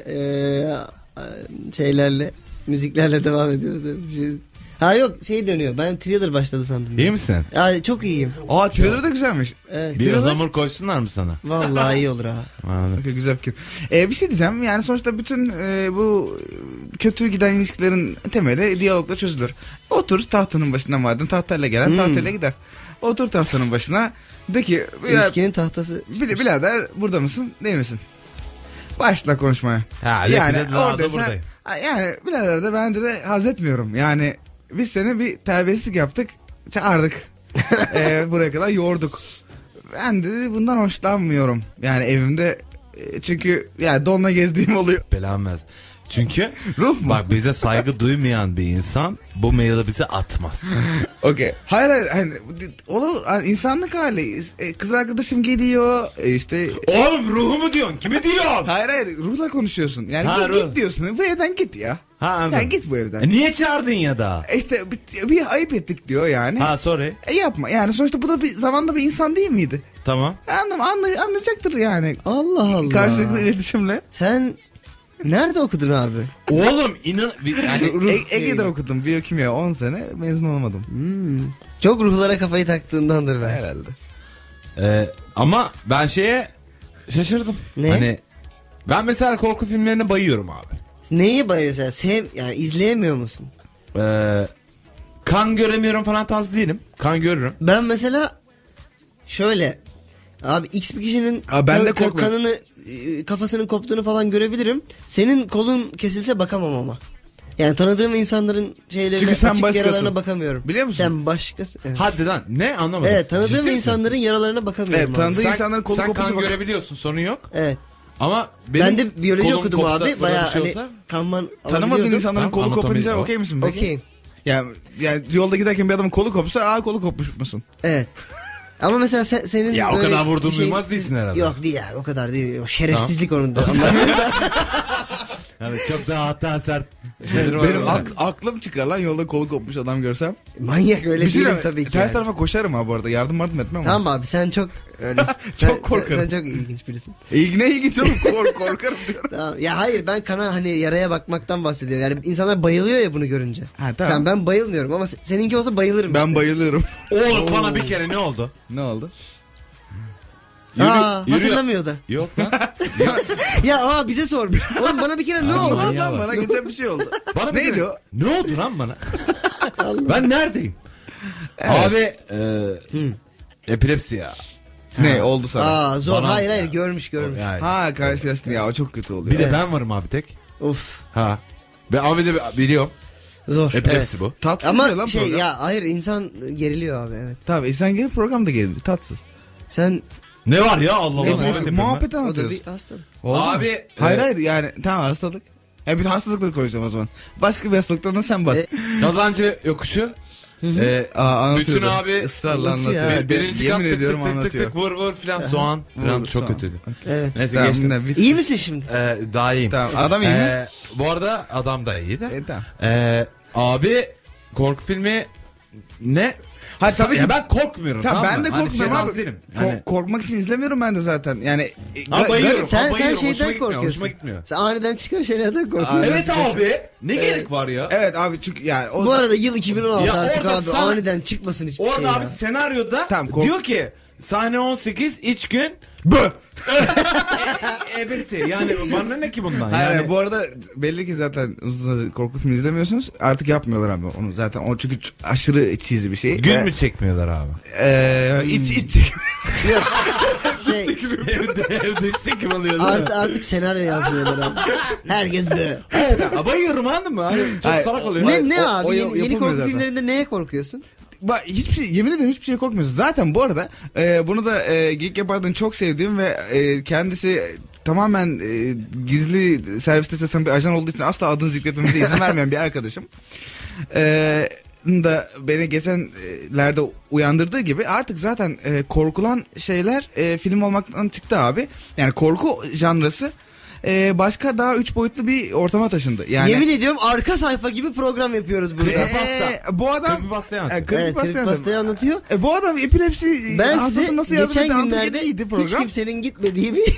şeylerle, müziklerle devam ediyoruz. Ha yok şey dönüyor. Ben Thriller başladı sandım. İyi misin? Ya çok iyiyim. Aa, trailer da güzelmiş. Evet. Bir ıhlamur koysunlar mı sana? Vallahi iyi olur ha. Anladım. Okay, güzel fikir. Bir şey diyeceğim. Yani sonuçta bütün bu kötü giden ilişkilerin temeli diyalogla çözülür. Otur tahtanın başına, madem tahtayla gelen tahtayla gider. Otur tahtanın başına. De ki İlişkinin tahtası. birader burada mısın değil misin? Başla konuşmaya. Ha, Yani orada buradayım. yani birader de ben de haz etmiyorum. Yani biz seni bir terbiyesizlik yaptık. Çağırdık. Buraya kadar yorduk. Ben de bundan hoşlanmıyorum. Yani evimde çünkü yani donla gezdiğim oluyor. Belanmez. Çünkü Ruh mu? bak bize saygı duymayan bir insan bu maili bize atmaz. Okey. Hayır hani olur hani insanlık hali. Kız arkadaşım geliyor işte. Oğlum ruhumu diyorsun? Kimi diyorsun? Hayır ruhla konuşuyorsun. Yani Ha, git ruh. diyorsun. Bu evden git ya. Ha anladım. Yani git bu evden. Niye çağırdın ya da? İşte bir ayıp ettik diyor yani. Ha sorry. Yapma yani sonuçta bu da bir zamanda bir insan değil miydi? Tamam. Anlayacaktır yani. Allah Allah. Karşılıklı iletişimle. Sen nerede okudun abi? Oğlum inan yani Ege'de okudum biyokimya 10 sene mezun olmadım. Çok ruhlara kafayı taktığındandır be. Herhalde. ama ben şeye şaşırdım. Ne? Hani ben mesela korku filmlerine bayıyorum abi. Neyi bayıyorsun? Yani izleyemiyor musun? Kan göremiyorum falan taz değilim. Kan görürüm. Ben mesela şöyle abi X bir kişinin Abi ben de korkmuyorum. kanını kafasının koptuğunu falan görebilirim. Senin kolun kesilse bakamam ama. Yani tanıdığım insanların şeylerine Çünkü sen açık başkasın. yaralarına bakamıyorum. Biliyor musun? Sen başkasın. Evet, Hadi lan ne anlamadım. evet tanıdığım Ciddi misin? insanların yaralarına bakamıyorum. Evet, abi. tanıdığım insanların kolu sen kopunca kan bak. görebiliyorsun sorun yok. Evet. Ama benim Ben de biyoloji kolum okudum kopsa, abi. böyle Bayağı bir şey hani olsa- kanman Tanımadığın alabiliyordum. insanların Tamam, kolu kopunca anatomi- okey misin peki? Okey. Yani yolda giderken bir adamın kolu kopsa kolu kopmuş musun? Evet. Ama mesela senin Ya o böyle kadar vurduğun bir şey- duymaz değilsin herhalde. Yok değil ya o kadar değil. O şerefsizlik onun da. Yani çok daha hatta sert şeyleri var. Benim aklım çıkar lan yolda kolu kopmuş adam görsem. Manyak öyle Bir şey değilim diyeyim, tabii ki. ters yani. tarafa koşarım ha bu arada. Yardım etmem ama. Tamam abi sen çok öyle Çok korkarım. Sen çok ilginç birisin. Ne ilginç oğlum korkarım diyorum. Tamam. Ya hayır ben kana hani yaraya bakmaktan bahsediyorum. Yani insanlar bayılıyor ya bunu görünce. Ha, tamam. Ben bayılmıyorum ama seninki olsa bayılırım. Ben işte. bayılıyorum. Oğlum bana bir kere ne oldu? Ne oldu? Hatırlamıyor da. Yok lan. Ya bize sor. Oğlum bana bir kere ne oldu? Allah. Lan bana geçen bir şey oldu. Bana bir Neydi kere- o? Ne oldu lan bana? Ben neredeyim? Abi epilepsi ya. Ne oldu sana? Zor. Bana- Hayır görmüş. Yani. Ha karşılaştın ya o çok kötü oluyor. Bir de ben varım abi tek. Of. Ha. Ve abi de biliyorum. Zor. Epilepsi evet. bu. Tatsız diyor lan Ama şey program. ya hayır insan geriliyor abi evet. Tabii insan gelir program da gelir. Tatsız. Sen Ne var ya Allah Allah. Ne muhabbet var? yapıyorum ben. Muhabbet o da anlatıyoruz. bir hastalık. Oldu mu? Abi, Hayır yani tamam hastalık. Bir hastalıkları konuşalım o zaman. Başka bir hastalıktan da sen bahset. Kazancı yokuşu. Anlatıyor Bütün da. abi ısrarla anlatıyor. anlatıyor. Birinci Yemin kat tık ediyorum tık tık tık anlatıyor. tık vur filan soğan filan Vur, çok soğan. kötüydü. Evet. Neyse Tamam, geçtim. ne, bitti. İyi misin şimdi? Daha iyiyim. Tamam adam iyi mi? Bu arada adam da iyi de. Tamam. Abi korku filmi ne? Ha, tabii Ya ki- ben korkmuyorum. Tamam ben mı? de Hani korkmuyorum şeyden abi. değilim. Hani, Korkmak için izlemiyorum ben de zaten. Yani Ha, bayılıyorum. Sen bayılıyorum. Hoşuma şeyden gitmiyor, korkuyorsun. hoşuma gitmiyor. Sen aniden çıkan şeylerden korkuyorsun. Aynen. Evet abi. Ne gerek var ya? Evet abi çünkü yani o Bu arada yıl 2016 Ya artık orada abi sana- aniden çıkmasın hiçbir Orada şey abi ya. senaryoda Tamam, diyor ki sahne 18 iç gün evet yani bana ne ki bundan Hayır, yani bu arada belli ki zaten uzun zamandır korku filmi izlemiyorsunuz. Artık yapmıyorlar abi onu zaten. O çünkü aşırı cheesy bir şey. gün mü çekmiyorlar abi? İç çekim. Şey, evde çekim alıyorlar. artık senaryo yazmıyorlar abi. Herkes böyle. Bayıyorum anladın mı? Hani çok Hayır, salak oluyor. Ne o abi yeni yapılmıyor korku zaten. filmlerinde neye korkuyorsun? Bak hiçbir şey yemin ederim hiçbir şey korkmuyorsun. Zaten bu arada bunu da Geek Yapar'dan çok sevdiğim ve kendisi tamamen gizli serviste çalışan bir ajan olduğu için asla adını zikretmemize izin vermeyen bir arkadaşım. Da beni geçenlerde uyandırdığı gibi artık zaten korkulan şeyler film olmaktan çıktı abi. Yani korku janrası başka daha 3 boyutlu bir ortama taşındı. Yani Yemin ediyorum arka sayfa gibi program yapıyoruz burada. bu adam Creepypasta'yı anlatıyor. Bu adam epilepsi Ben hastası size nasıl geçen yazdığı günlerde hiç kimsenin gitmediği bir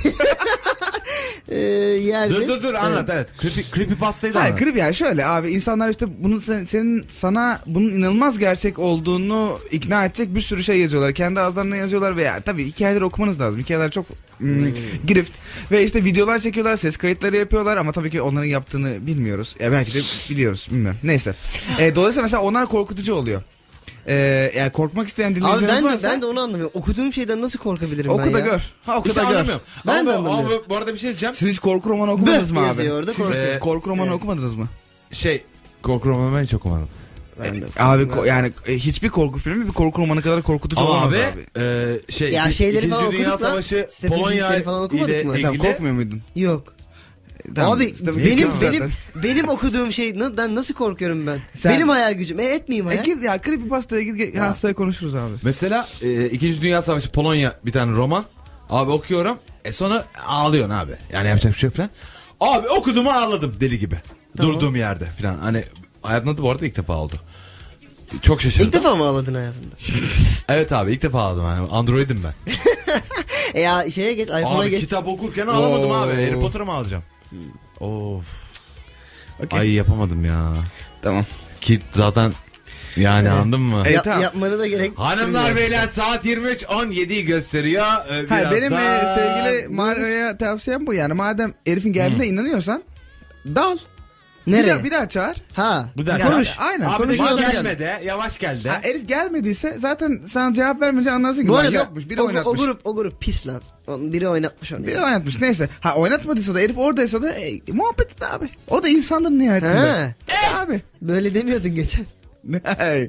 yerde. Dur anlat evet. Creepypasta'yı da Hayır, anlat. creepy yani şöyle abi, insanlar işte bunu sana bunun inanılmaz gerçek olduğunu ikna edecek bir sürü şey yazıyorlar. Kendi ağızlarından yazıyorlar veya tabii hikayeleri okumanız lazım. Hikayeler çok girift ve işte videolar çekiyorlar, ses kayıtları yapıyorlar ama tabii ki onların yaptığını bilmiyoruz. Ya belki de biliyoruz, bilmiyorum. Neyse. Dolayısıyla mesela onlar korkutucu oluyor. Yani korkmak isteyen dinleyicilerimiz varsa... Ben de onu anlamıyorum. Okuduğum şeyden nasıl korkabilirim oku ben da ya? gör. Oku da gör. Ben de anlamıyorum. Bu arada bir şey diyeceğim. Siz hiç korku romanı okumadınız mı abi? Orada, Siz korku romanı okumadınız mı? Korku romanı ben hiç okumadım. Abi yani hiçbir korku filmi bir korku romanı kadar korkutucu olmaz abi. Ya şeyleri falan İkinci Dünya okuduk lan. Savaşı Stephen Polonya King'leri falan okumadık ile mı? Tamam, ilgili. korkmuyor muydun? Yok. Tamam, Abi işte benim okuduğum şeyden nasıl korkuyorum ben? Sen- Benim hayal gücüm. Etmeyeyim hayal. Gir ya, Creepypasta'ya gir, haftaya konuşuruz abi. Mesela İkinci Dünya Savaşı Polonya bir tane roman. Abi okuyorum. Sonra ağlıyorsun abi. Yani yapacak bir şey yok falan. Abi okuduğumu ağladım deli gibi. Tamam. Durduğum yerde falan. Hani hayatımda da bu arada ilk defa oldu. Çok şaşırdım. İlk defa mı ağladın hayatında? Evet abi ilk defa ağladım. Yani Android'im ben. Ya şeye geç, iPhone'a Abi geç. kitap okurken ağlamadım abi. Harry Potter'ı mı alacağım? Of. Ay yapamadım ya. Tamam. Ki zaten yani anladın mı? Tamam. Yapmana da gerek. Hanımlar beyler saat 23:17'yi gösteriyor. Hayır, benim da... sevgili Mario'ya tavsiyem bu. Yani madem herifin geldiğine inanıyorsan dal. Nereye? Bir daha çağır. Ha. Bir dakika. Yani, Konuş. aynen. Abi de Konuş. gelme de yavaş gel de. Herif gelmediyse zaten sana cevap vermeyince anlarsın ki Bu lan arada yokmuş, biri oynatmış. o grup pis lan. Biri oynatmış onu. Biri oynatmış, neyse. Oynatmadıysa da herif oradaysa da muhabbet et abi. O da insandır nihayetinde. Abi. Böyle demiyordun geçen. Hey.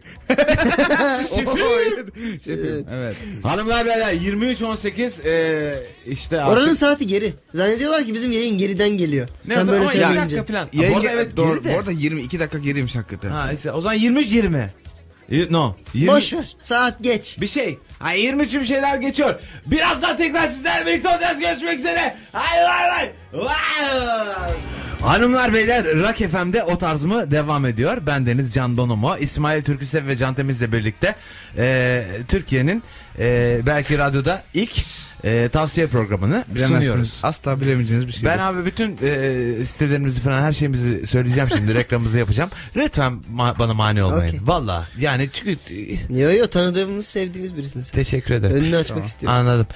Şefim. Evet. Hanımlar beyler 23:18 işte artık. Oranın saati geri. Zannediyorlar ki bizim yayın geriden geliyor. Ne Sen böyle ama 2 söyleyince. dakika falan. Yayın, Bu arada evet doğru, geri de. bu arada 22 dakika geriymiş hakikaten. Ha işte o zaman 23:20. No. 20. Boş ver. Saat geç. Bir şey. 23'ü bir şeyler geçiyor. Birazdan tekrar sizlerle birlikte olacağız. Görüşmek üzere. Hayır. Hanımlar beyler Rock FM'de o tarz mı devam ediyor. Ben Deniz Can Bonomo, İsmail Türküsev ve Can Temiz'le birlikte Türkiye'nin belki radyoda ilk tavsiye programını sunuyoruz. Asla bilemeyeceğiniz bir şey. Ben abi bütün sitelerimizi falan her şeyimizi söyleyeceğim şimdi. Reklamımızı yapacağım. Lütfen bana mani olmayın. Okay. Valla yani çünkü... Yo tanıdığımız sevdiğimiz birisin sen. Teşekkür ederim. Önünü açmak istiyoruz. Anladım.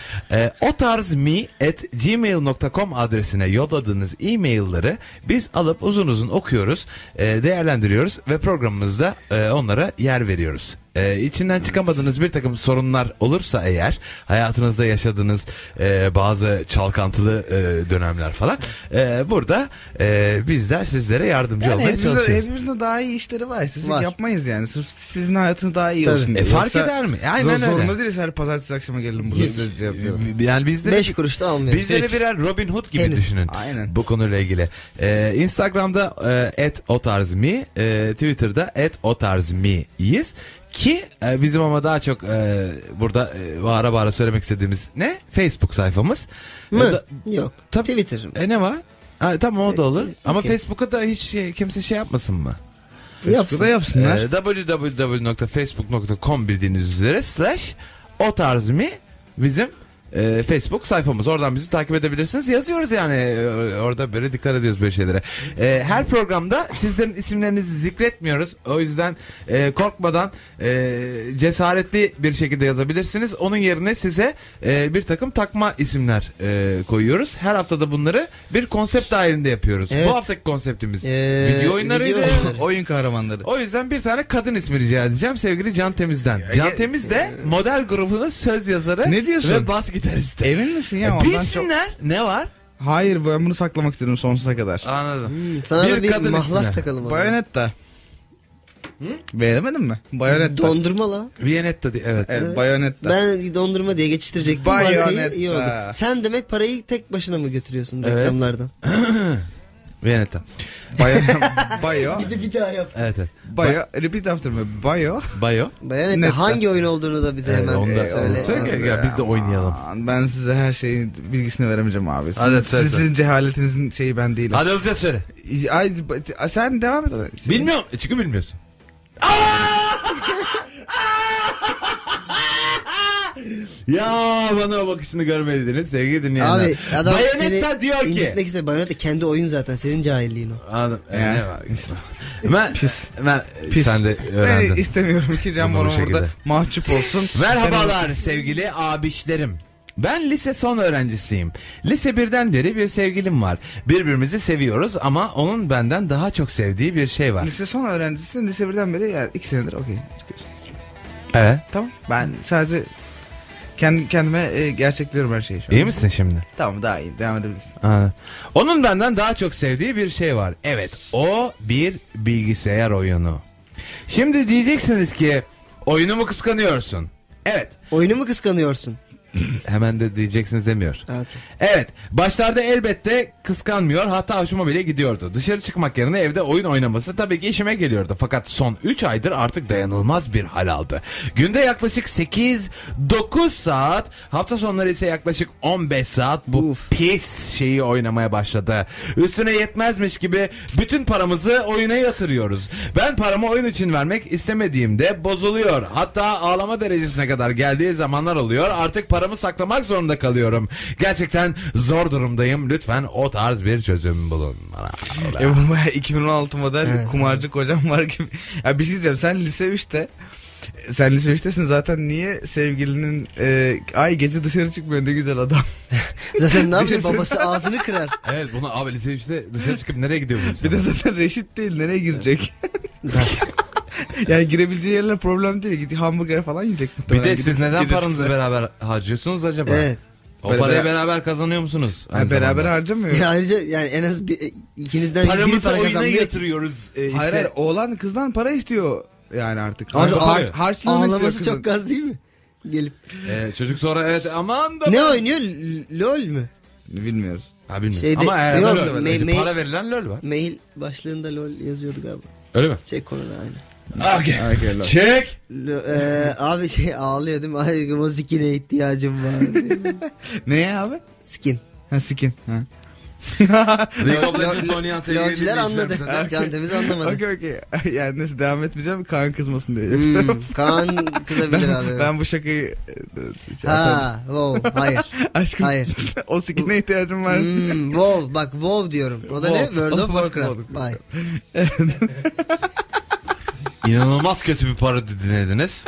otarzmi@gmail.com adresine yolladığınız e-mailleri biz alıp uzun uzun okuyoruz, değerlendiriyoruz ve programımızda onlara yer veriyoruz. İçinden çıkamadığınız bir takım sorunlar olursa eğer hayatınızda yaşadığınız bazı çalkantılı dönemler falan burada bizler sizlere yardımcı olmaya çalışıyoruz. Hepimizde daha iyi işleri var. Sizin Var. yapmayız yani. Sırf sizin hayatınız daha iyi Tabii. olsun diye. Fark eder mi? Aynen öyle. Zorunda değiliz, her pazartesi akşama gelelim burada. Şey yapıyorum. Yani bizde 5 kuruş da almıyorum. bizleri birer Robin Hood gibi Henüz. düşünün. Aynen. Bu konuyla ilgili. Instagram'da @otarzmi, Twitter'da @otarzmi'yiz. Ki bizim ama daha çok burada bağıra bağıra söylemek istediğimiz ne? Facebook sayfamız. Mı? Yok. Tabii. Twitter'ımız. Ne var? Tamam o da olur. Ama Okay. Facebook'a da hiç kimse şey yapmasın mı? Yapsın. Yapsınlar. www.facebook.com bildiğiniz üzere /otarzmi bizim Facebook sayfamız. Oradan bizi takip edebilirsiniz. Yazıyoruz yani. Orada böyle dikkat ediyoruz böyle şeylere. Her programda sizlerin isimlerinizi zikretmiyoruz. O yüzden korkmadan cesaretli bir şekilde yazabilirsiniz. Onun yerine size bir takım takma isimler koyuyoruz. Her haftada bunları bir konsept dahilinde yapıyoruz. Evet. Bu haftaki konseptimiz video oyunlarıydı. video oyunları. Oyun kahramanları. O yüzden bir tane kadın ismi rica edeceğim sevgili Can Temiz'den. Can Temiz de model grubunun söz yazarı Ne diyorsun? ve bas gitaristi. Emin misin ya? Ondan çok... Bilsinler ne var? Hayır, ben bunu saklamak istedim sonsuza kadar. Anladım. Sana da bir kadın mahlas ismi. takalım. o zaman. Bayonetta. Beğenemedin mi? Bayonetta. Dondurma la. Viyanetta diye evet. Evet, Bayonetta. Ben dondurma diye geçiştirecektim. Bayonetta. Markayı iyi oldu. Sen demek parayı tek başına mı götürüyorsun Evet. reklamlardan? Viyanetta. Bayo. Bir daha yap. Evet evet. Bayo. Repeat after me. Bayo. Bayo. Bayonetta Netta. hangi oyun olduğunu da bize Evet, hemen onu da söyle. söyle. Ya biz de oynayalım. Aman, ben size her şeyin bilgisini veremeyeceğim abi. Hadi söyle. Sizin cehaletinizin şeyi ben değilim. Hadi hızlıca söyle. Ay, sen devam et. Bilmiyorum. Çünkü bilmiyorsun. Ya bana o bakışını görmediydiniz sevgili dinleyenler. Abi adam Bayonetta seni diyor ki. incitmek istedi. Bayonetta kendi oyun zaten. Senin cahilliğin o. Anladım. Ya. Ne var işte. Ben, Pis. Pis. Sen de öğrendin. Ben istemiyorum ki Can Bunu bu bana burada şekilde. mahcup olsun. Merhabalar sevgili abişlerim. Ben lise son öğrencisiyim. Lise 1'den beri bir sevgilim var. Birbirimizi seviyoruz ama onun benden daha çok sevdiği bir şey var. Lise son öğrencisin. Lise 1'den beri yani 2 senedir okey. Evet. Tamam. Ben sadece kendime gerçekliyorum her şeyi şu an. İyi misin şimdi? Tamam, daha iyi. Devam edebilirsin. Aa. Onun benden daha çok sevdiği bir şey var. Evet, o bir bilgisayar oyunu. Şimdi diyeceksiniz ki oyunu mu kıskanıyorsun? Evet. Oyunu mu kıskanıyorsun? Hemen de diyeceksiniz demiyor. Okay. Evet, başlarda elbette kıskanmıyor, hatta hoşuma bile gidiyordu. Dışarı çıkmak yerine evde oyun oynaması tabii ki işime geliyordu. Fakat son 3 aydır artık dayanılmaz bir hal aldı. Günde yaklaşık 8-9 saat, hafta sonları ise yaklaşık 15 saat bu pis şeyi oynamaya başladı. Üstüne yetmezmiş gibi bütün paramızı oyuna yatırıyoruz. Ben paramı oyun için vermek istemediğimde bozuluyor. Hatta ağlama derecesine kadar geldiği zamanlar oluyor. Artık paramı saklamak zorunda kalıyorum. Gerçekten zor durumdayım. Lütfen o tarz bir çözüm bulun bana. Bu bayağı 2016 model kumarcı kocam var gibi. Ya bir şey diyeceğim. Sen lise 3'te. Sen lise 3'tesin zaten, niye sevgilinin ay gece dışarı çıkmıyor ne güzel adam. Zaten ne yapacak, babası ağzını kırar. Evet, bunu abi lise 3'te dışarı çıkıp nereye gidiyor bu insan? Bir de zaten reşit değil, nereye girecek? Yani girebileceği yerler problem değil. Gidip hamburger falan yiyecek Bir muhtemelen. de siz neden Gece paranızı çıksa. beraber harcıyorsunuz acaba? Evet. O Böyle parayı beraber- beraber kazanıyor musunuz? Ha, aynı beraber zamanda? harcamıyor. Ya ayrıca yani en az ikinizden biri Paramızı para oyuna kazanmıyor. yatırıyoruz. Hayır hayır, oğlan kızdan para istiyor yani artık. Abi, Harçlığını istiyor Ağlaması kızın. çok gaz değil mi? Gelip. Çocuk sonra evet aman da. Ne oynuyor? LOL mü? Bilmiyoruz. Ha bilmiyorum. Şeyde- Ama yok, LOL var. Para verilen LOL var. Mail başlığında LOL yazıyordu galiba. Öyle mi? Konuda aynı. Okay. Okay, lol. Çek. Abi ağlıyor değil mi? Ay o skin'e ihtiyacım var. Neye abi? Skin. Ha, skin. Ha. League of Legends oynayan sevgili LOL'cüler anladı. dinleyicilerimize. Can Temiz anlamadı. Okey. Yani neyse, devam etmeyeceğim. Kaan kızmasın diye. Kaan kızabilir abi. Ben bu şakayı Ha, wow, hayır. aşkım Hayır. o skin'e ihtiyacım var. WoW, bak WoW diyorum. O da ne? WoW. World of Warcraft. Warcraft. Bye. İnanılmaz kötü bir parodi dinlediniz.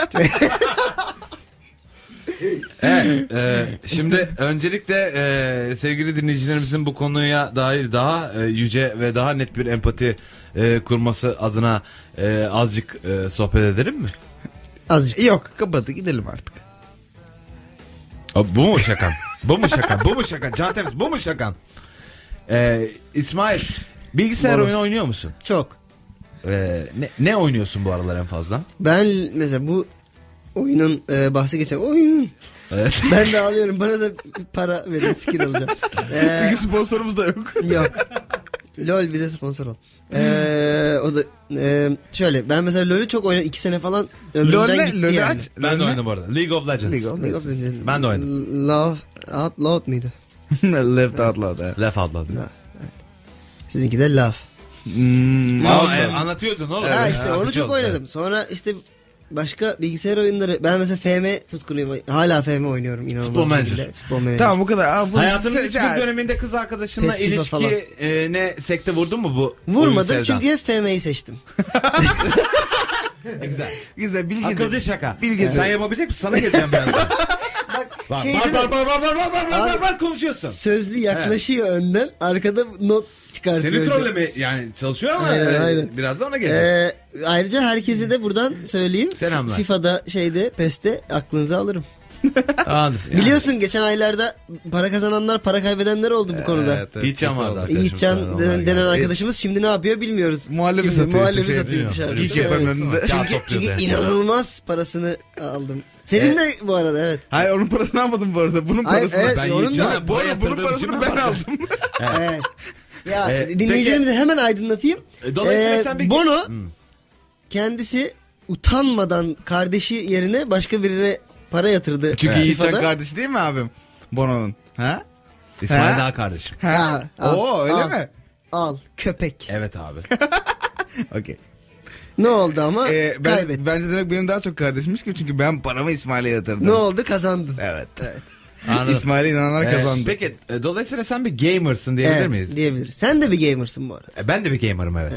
Evet, şimdi öncelikle sevgili dinleyicilerimizin bu konuya dair daha yüce ve daha net bir empati kurması adına azıcık sohbet edelim mi? Azıcık. Yok, kapadı, gidelim artık. Bu mu şakan? Bu mu şakan? Bu mu şakan? Can Temiz, bu mu şakan? İsmail, bilgisayar Bana. oyunu oynuyor musun? Çok. Ne oynuyorsun bu aralar en fazla? Ben mesela bu oyunun bahsi geçen oyun. Evet. Ben de alıyorum. Bana da para verin, skin alacağım. Çünkü sponsorumuz da yok. Yok. LOL bize sponsor ol. O da şöyle, ben mesela LOL'ü çok oynadım. 2 sene falan ömrümden LOL ne? gitti LOL'ü yani. aç. Ben de oynadım bu arada. League of Legends. League of Legends. Ben de oynadım. Love Outloud mıydı? Left out loud. Evet. Left outladı. Sizinki de Love. Anlatıyordun oğlum. Ha Evet. işte Ha, onu güzel çok oldu. oynadım. Sonra işte başka bilgisayar oyunları. Ben mesela FM tutkuluyum. Hala FM oynuyorum inanılmaz. Futbol bir Manager. şekilde. Futbol Manager. Tamam, bu kadar. Abi, Hayatının hiçbir döneminde kız arkadaşınla PES, FIFA falan. ilişki ne sekte vurdun mu bu? Vurmadım oyun sevdan? çünkü hep FM'yi seçtim. Güzel. Güzel, bilgi. Akılcı şaka. Bilge. Sen yapabilecek misin? Sana geleceğim birazdan. Bak şey bak konuşuyorsun. Sözlü yaklaşıyor önden. Arkada not çıkartıyor. Senin trolleme yani çalışıyor ama Aynen. biraz da ona geleceğim. Ayrıca herkese de buradan söyleyeyim. Selamlar. FIFA'da PES'te aklınıza alırım. Anladım. Yani. Biliyorsun geçen aylarda para kazananlar para kaybedenler oldu bu konuda. Evet, Yiğitcan vardı arkadaşımız. Yiğitcan denen arkadaşımız şimdi ne yapıyor bilmiyoruz. Muhallebi Kimdi? satıyor. Muhallebi işte, satıyor değil mi? dışarıda. Geek yapanın önünde. Kağıt Çünkü topluyordu yani. inanılmaz parasını aldım. Senin de bu arada evet. Hayır onun parasını almadım bu arada. Bunun Hayır, parasını. evet, Ben onun Yiğitcan'a da- Bu arada bunun yatırdığım parasını için ben ama- aldım. Evet. Ya Peki- dinleyicilerimizi hemen aydınlatayım. Dolayısıyla sen bir... Bono Hmm. kendisi utanmadan kardeşi yerine başka birine para yatırdı. Çünkü FIFA'da. Yiğitcan kardeşi değil mi abim? Bono'nun. Ha? İsmail Ha? daha kardeşim. Ha, al, Oo öyle al, mi? Al köpek. Evet abi. Okey. Ne oldu ama kaybetti. Bence demek benim daha çok kardeşimmiş gibi çünkü ben paramı İsmail'e yatırdım. Ne oldu kazandın. Evet. Anladım. İsmail'e inananlar kazandı. Peki dolayısıyla sen bir gamersın diyebilir Evet, miyiz? diyebiliriz. Sen de bir gamersın bu arada. Ben de bir gamerım evet.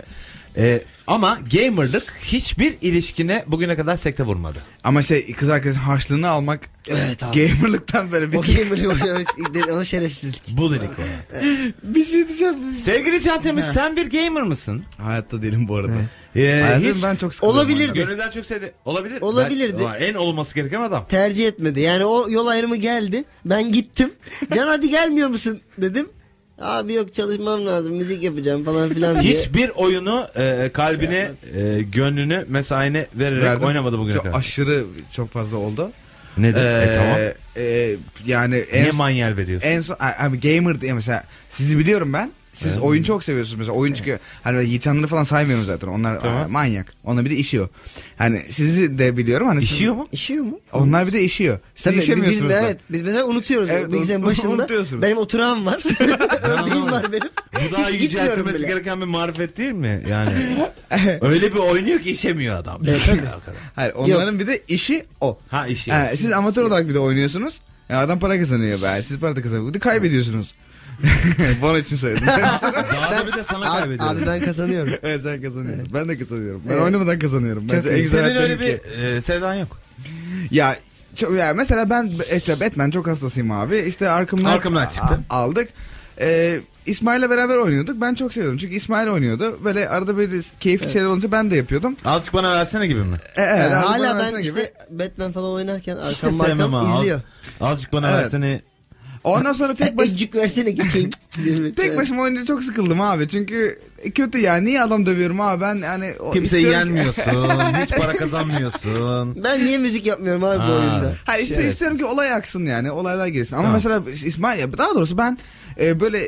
Ama gamerlık hiçbir ilişkine bugüne kadar sekte vurmadı. Ama kız arkadaşın harçlığını almak Evet abi. gamerlıktan böyle bir... O gamerlık o şerefsizlik. Bu dedik o. bir şey diyeceğim. Sevgili Can Temiz sen bir gamer mısın? Hayatta değilim bu arada. Hiç Ben çok sıkılıyorum. Olabilirdi. gönülden çok sevdi. Olabilir. Olabilirdi. En olması gereken adam. Tercih etmedi. Yani o yol ayrımı geldi. Ben gittim. Can hadi gelmiyor musun dedim. Abi yok çalışmam lazım müzik yapacağım falan filan diye. Hiçbir oyunu kalbini, gönlünü, mesaini vererek Verdim. oynamadı bugüne Çok kadar. aşırı çok fazla oldu. Nedir? Tamam. Yani Niye manyel veriyorsun? en son abi gamer diye mesela sizi biliyorum ben. Siz Evet. oyun çok seviyorsunuz mesela. Oyun çünkü hani böyle Yiğitcanları falan saymıyorum zaten. Onlar Tamam. manyak. Onlar bir de işiyor. Hani sizi de biliyorum hani İşiyor mu? İşiyor mu? Onlar bir de işiyor. Siz Tabii, işemiyorsunuz da. evet. Biz mesela unutuyoruz. Evet, Bilgisayarın başında. unutuyorsunuz. Benim oturağım var. Örneğim var benim. Bu daha Hiç gitmiyorum yüceltilmesi bile. gereken bir marifet değil mi? Yani öyle bir oynuyor ki işemiyor adam. Hayır onların bir de işi o. Ha işi. Siz amatör olarak bir de oynuyorsunuz. Ya adam para kazanıyor be. Siz para da kazanıyorsunuz. Bir de kaybediyorsunuz. Bunun için söyledim. Daha da bir de sana kaybediyorum. Abi ben kazanıyorum. Evet sen kazanıyorsun. Ben de kazanıyorum. Ben Evet. oynamadan kazanıyorum. Bence en güzel Senin öyle hayattayım bir ki. sevdan yok. Ya mesela ben işte Batman çok hastasıyım abi. İşte Arkham'dan çıktı. Aldık. İsmail'le beraber oynuyorduk. Ben çok seviyordum. Çünkü İsmail oynuyordu. Böyle arada böyle keyifli şeyler olunca ben de yapıyordum. Azıcık bana versene gibi mi? Evet, Hala ben gibi. işte Batman falan oynarken İşte arkam sevmem markam ha. izliyor. Azıcık bana Evet. versene. Ondan sonra Azıcık versene geçeyim. tek başıma oynayınca çok sıkıldım abi. Çünkü kötü ya. Niye adam dövüyorum abi? Ben yani Kimseyi istiyorum ki- yenmiyorsun. Hiç para kazanmıyorsun. Ben niye müzik yapmıyorum abi bu Ha. oyunda? Hayır işte Şerefsiz. istiyorum ki olay aksın yani. Olaylar gelsin. Ama Tamam. mesela İsmail daha doğrusu ben böyle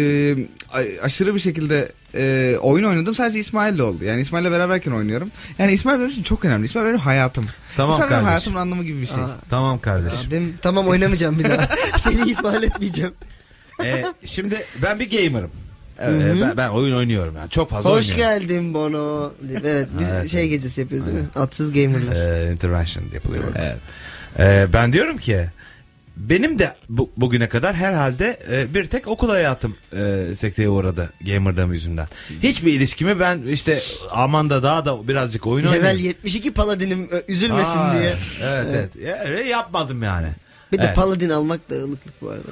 aşırı bir şekilde oyun oynadım. Sadece İsmail'le oldu. Yani İsmail'le beraberken oynuyorum. Yani İsmail benim için çok önemli. İsmail benim hayatım. Tamam İsmail benim kardeşim. hayatımın anlamı gibi bir şey. Aa. Tamam kardeşim. Abim tamam oynamayacağım bir daha. Seni ihmal etmeyeceğim. Şimdi ben bir gamer'ım. Evet. Ben oyun oynuyorum yani. Çok fazla Hoş oynuyorum. geldin Bono. Evet biz Evet. şey gecesi yapıyoruz değil mi? Atsız gamerlar. Intervention yapılıyor burada. Evet. Ben diyorum ki benim de bugüne kadar herhalde bir tek okul hayatım sekteye uğradı gamer'dam yüzünden. Hiçbir ilişkimi ben işte aman da daha da birazcık oyun Level oynayayım. 72 paladinim üzülmesin Aa, diye. Evet. Ya, öyle yapmadım yani. Bir de Evet. paladin almak da ılıklık bu arada.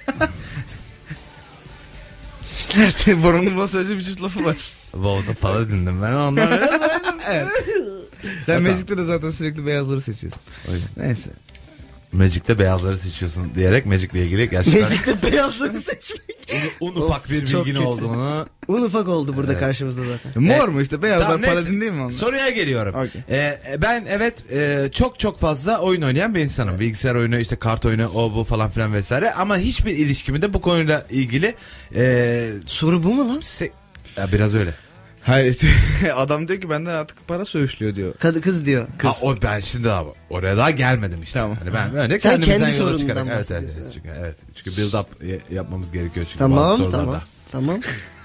Boran'ın buna söyleyeceği bir çift lafı var. Volda falan dinledim ben ondan biraz. Evet. Sen Tamam. Magic'te de zaten sürekli beyazları seçiyorsun. Neyse. Magic'te beyazları seçiyorsun diyerek Magic'le ilgili gerçekten Mezikte beyazları seçmek. un ufak bir Çok bilgin kötü. olduğunu. Un ufak oldu burada karşımızda zaten. Mor mu işte beyazlar Tamam, neyse. paladin değil mi onlar? Soruya geliyorum. Okey. Ben evet çok fazla oyun oynayan bir insanım. Bilgisayar oyunu, işte kart oyunu, o bu falan filan vesaire. Ama hiçbir ilişkimi de bu konuyla ilgili Soru bu mu lan? ya biraz öyle. Hayır işte adam diyor ki benden artık para söğüşlüyor diyor. Kız diyor. Ha, ben şimdi abi oraya daha gelmedim işte. Tamam. Hani ben öyle Sen kendimizden kendi yola sorunundan çıkarak. Evet, bahsediyorsun. çünkü build up yapmamız gerekiyor çünkü bazı Tamam sorularda. tamam.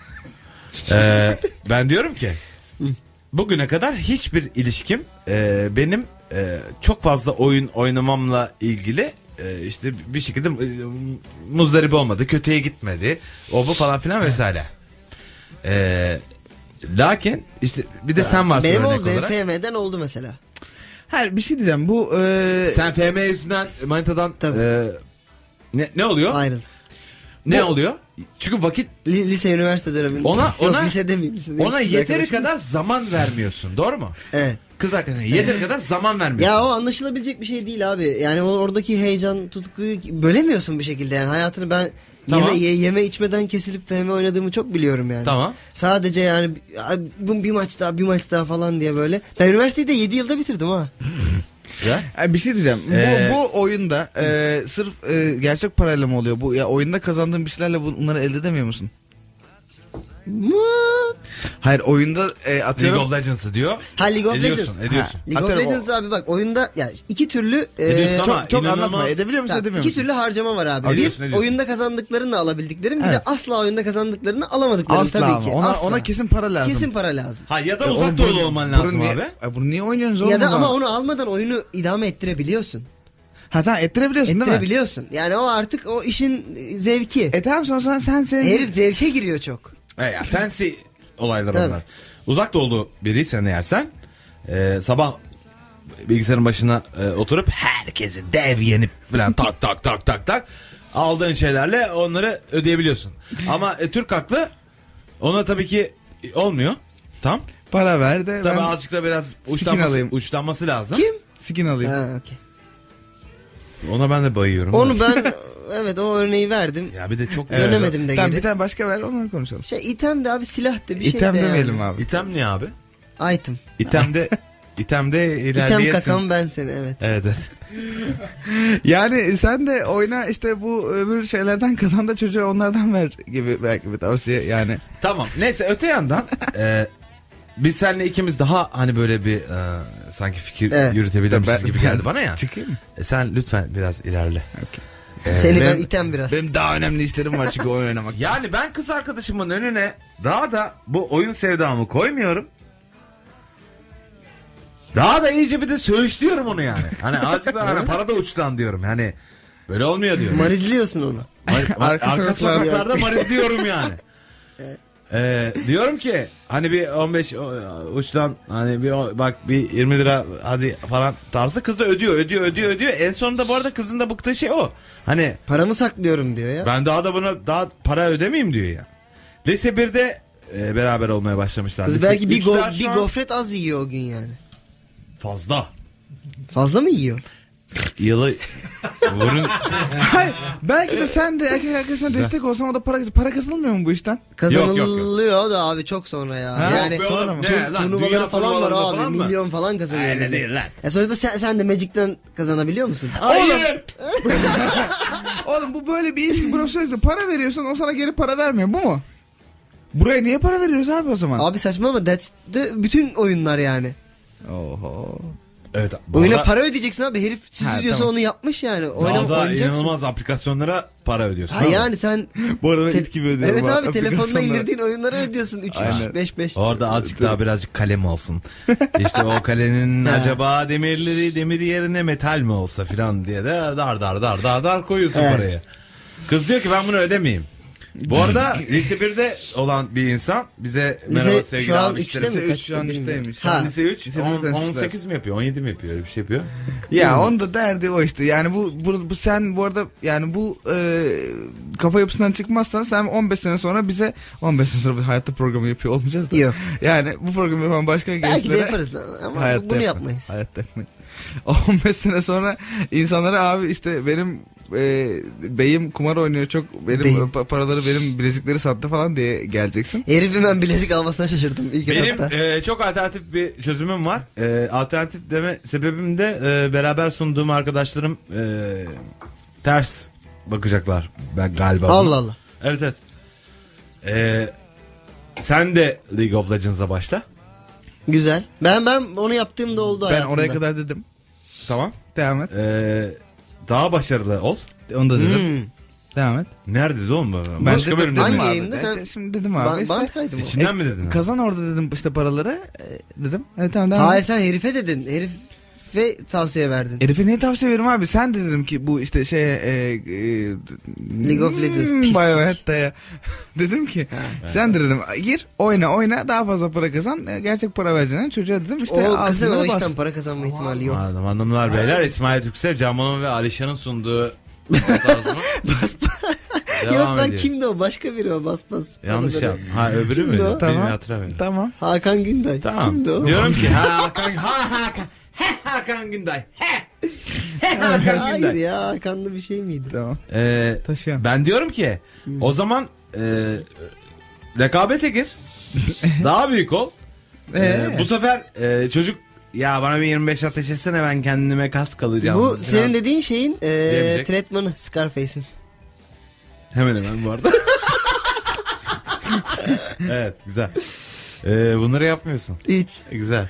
Ben diyorum ki bugüne kadar hiçbir ilişkim benim çok fazla oyun oynamamla ilgili işte bir şekilde muzdarip olmadı, kötüye gitmedi, o bu falan filan vesaire. Lakin işte bir de sen varsın Benim örnek oldu. Benim olarak. FM'den oldu mesela. Hayır bir şey diyeceğim bu Sen FM yüzünden manitadan Tabii. ne oluyor? Ayrıldık. ne oluyor? Çünkü vakit Lise üniversite döneminde. Ona- Yok, lise demeyeyim. Lise ona kız yeteri arkadaşım. kadar zaman vermiyorsun. Doğru mu? Evet. Kız arkadaşına yeteri kadar zaman vermiyorsun. Ya o anlaşılabilecek bir şey değil abi. Yani oradaki heyecan, tutkuyu bölemiyorsun bir şekilde. Yani hayatını ben Tamam. yeme içmeden kesilip FM oynadığımı çok biliyorum yani. Tamam. Sadece yani bir maç daha falan diye böyle. Ben üniversiteyi de 7 yılda bitirdim ha. Ya. Bir şey diyeceğim. Ee, Bu oyunda sırf gerçek parayla mı oluyor? Bu ya oyunda kazandığın bir şeylerle bunları elde edemiyor musun? What? Hayır oyunda atıyorum. League of Legends'ı diyor. Ha, League of Ediyorsun, Legends. ediyorsun. League of Atıyorum Legends abi bak oyunda yani iki türlü Ediyorsun ama çok inanılmaz- anlatma. Edebiliyor musun, tamam, edemiyor iki musun? türlü harcama var abi. Ediyorsun, Bir ediyorsun. oyunda kazandıklarını alabildiklerim, bir Evet. de asla oyunda kazandıklarını alamadıklarım Asla tabii ama. ki. Ona, Asla. ona kesin para lazım. Kesin para lazım. Ha ya da Oğlum, uzak doğulu olman lazım niye, abi. Bunu niye oynuyorsunuz oğlum? Ya da o zaman? ama onu almadan oyunu idame ettirebiliyorsun. Ha tamam ettirebiliyorsun değil mi? Ettirebiliyorsun. Yani o artık o işin zevki. Tamam sonra sen Herif zevke giriyor çok. Ya fancy olaylar Tabii. onlar. Uzak doğulu biriysen eğer sen sabah bilgisayarın başına oturup herkesi dev yenip falan tak tak tak tak tak aldığın şeylerle onları ödeyebiliyorsun. Ama Türk haklı ona tabii ki olmuyor. Tam. para ver de Tabii ben azıcık da biraz alayım. uçlanması lazım. Kim? skin alayım. Ha, okey. Ona ben de bayıyorum. Onu ben evet o örneği verdim. Ya bir de çok Dönemedim de Tamam geri. bir tane başka ver onunla konuşalım. İtem de abi, silah da bir şey de İtem yani. demeyelim abi. İtem ne abi? Item. İtemde itemde İtem ilerleyesin. kakam ben seni, evet. Evet, evet. Yani sen de oyna işte bu öbür şeylerden kazan da çocuğa onlardan ver gibi belki bir tavsiye yani. Tamam. Neyse öte yandan biz seninle ikimiz daha hani böyle bir sanki fikir Evet. yürütebilirmişiz gibi geldi bana ya. Çıkayım mı? Sen lütfen biraz ilerle. Seni ben benim- item biraz. Benim daha önemli işlerim var çünkü oyun oynamak. Yani ben kız arkadaşımın önüne daha da bu oyun sevdamı koymuyorum. Daha da iyice bir de söğüşlüyorum onu yani. Hani azıcık da hani para da uçtan diyorum. Hani böyle olmuyor diyorum. Marizliyorsun onu. Arka Arka sokaklar- sokaklarda marizliyorum yani. Diyorum ki hani bir 15 uçtan hani bak bir 20 lira hadi falan tarzı, kız da ödüyor. En sonunda bu arada kızın da bıktığı şey o. Hani Paramı saklıyorum diyor ya. ben daha da buna daha para ödemeyeyim diyor ya. Lise 1'de beraber olmaya başlamışlar. Kız Lise belki bir, üçler şu an gofret az yiyor o gün yani. fazla. Fazla mı yiyor? Yılı vurun. Hayır, belki de sen de erkek arkadaşına destek olsan o da para kazanılmıyor mu bu işten? Kazanılıyor da abi çok sonra ya. Ha, yani Yok be oğlum, ne lan? turnuvaları Dünya falan var turnuvalarında abi. falan mı? Milyon falan kazanıyor. Öyle değil lan. Sonuçta sen de Magic'ten kazanabiliyor musun? Hayır. Oğlum bu böyle bir iş ki buna sürekli para veriyorsun o sana geri para vermiyor bu mu? Buraya niye para veriyoruz abi o zaman? Abi saçma ama that's the bütün oyunlar yani. Oho. Evet. bu Oyuna arada para ödeyeceksin abi. Herif stüdyosu tamam. onu yapmış yani. daha da Oynayacaksın. inanılmaz aplikasyonlara para ödüyorsun. Ha değil mi? yani sen Bu arada Te- it gibi ödüyorum. evet abi telefonuna aplikasyonlara. indirdiğin oyunlara ödüyorsun 3 Aynen. 5 Orada azıcık daha birazcık kalem olsun. İşte o kalenin Ha. acaba demir yerine metal mi olsa filan diye de dar koyuyorsun Evet. parayı. Kız diyor ki ben bunu ödemeyeyim. Bu arada lise 1'de olan bir insan bize merhaba Lise sevgili şu an abi. 3'te Lise mi? üç Kaçta şu an bilmiyorum. üçteymiş. Ha. Lise 3, Lise birde 18 mi yapıyor, 17 mi yapıyor, öyle bir şey yapıyor. Ya onun da derdi o işte. Yani bu sen bu arada yani bu kafa yapısından çıkmazsan sen 15 sene sonra bize 15 sene sonra bir hayatta programı yapıyor olmayacağız da. Yok. Yani bu programı yapan başka Belki de gençlere yaparız ama hayatta bunu yapmayız. yapmayız. Hayatta yapmayız. 15 sene sonra insanlara abi işte benim beyim kumar oynuyor çok benim Beyim. paraları benim bilezikleri sattı falan diye geleceksin. Herifin ben bilezik almasına şaşırdım ilk Benim etapta. çok alternatif bir çözümüm var. Alternatif deme sebebim de beraber sunduğum arkadaşlarım ters bakacaklar ben galiba. buna. Allah Allah. Evet evet. Sen de League of Legends'a başla. Güzel. Ben onu yaptığımda oldu Ben hayatımda. oraya kadar dedim. Tamam. Devam et. Daha başarılı ol. Onu da dedim. Hmm. Devam et. Nerede dedi oğlum? Ben Başka dedim, bölümde dedim Hangi mi? abi. yayında sen- Evet, şimdi dedim abi. işte. Bant kaydı mı? İçinden mi dedin? Kazan orada dedim işte paraları dedim. Evet tamam devam Hayır et. sen herife dedin. Herife tavsiye verdin. Herife niye tavsiye veririm abi? Sen de dedim ki bu işte League of Legends, pis. Hayatta ya. Dedim ki sen de dedim gir oyna daha fazla para kazan. Gerçek para vereceğine çocuğa dedim işte O al kızın sınırı o bas. işten para kazanma ihtimali yok. Madem hanımlar beyler İsmail Türksel, Can Bonomo ve Alişan'ın sunduğu tarzını Yok Devam lan ediyor. kimdi o? Başka biri o. Bas. Yanlış Bana yaptım. Ha öbürü Kimdi mü? o? Tamam. Hatırlamıyorum. Tamam. Hakan Günday. Tamam. Kimdi o? Diyorum ki Hakan Günday. Hakan Hayır Günday. ya, Hakan'da bir şey miydi? Tamam. Taşıyan. Ben diyorum ki o zaman rekabete gir. Daha büyük ol. Bu sefer çocuk ya bana bir 25 ateş etsene ben kendime kas kalacağım. Bu falan. senin dediğin şeyin Diyemeyecek. tretmanı Scarface'in. Hemen bu arada. Evet güzel. Bunları yapmıyorsun. Hiç. Güzel.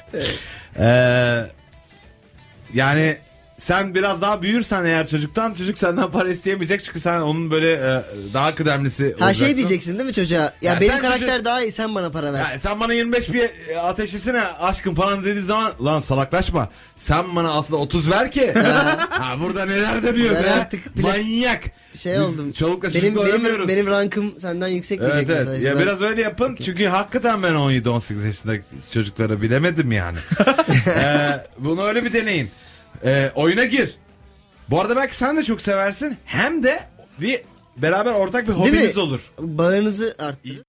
Yani sen biraz daha büyürsen eğer çocuk senden para isteyemeyecek çünkü sen onun böyle daha kıdemlisi olacaksın. Ha şey diyeceksin değil mi çocuğa? Ya Ya benim sen karakter çocuk- daha iyi, sen bana para ver. Ya sen bana 25 bir ateş etsene aşkım falan dediği zaman lan salaklaşma. Sen bana aslında 30 ver ki. Ha burada neler dönüyor Ben be. artık Manyak. Şey Biz oldum. çolukla Benim çocukla oynamıyoruz. benim rankım senden yüksek diyecek Evet mesela. ya Ben- biraz öyle yapın çünkü hakikaten ben 17-18 yaşındaki çocukları bilemedim yani. Bunu öyle bir deneyin. Oyuna gir. Bu arada belki sen de çok seversin hem de bir beraber ortak bir Değil mi? hobiniz olur. Bağınızı arttırır.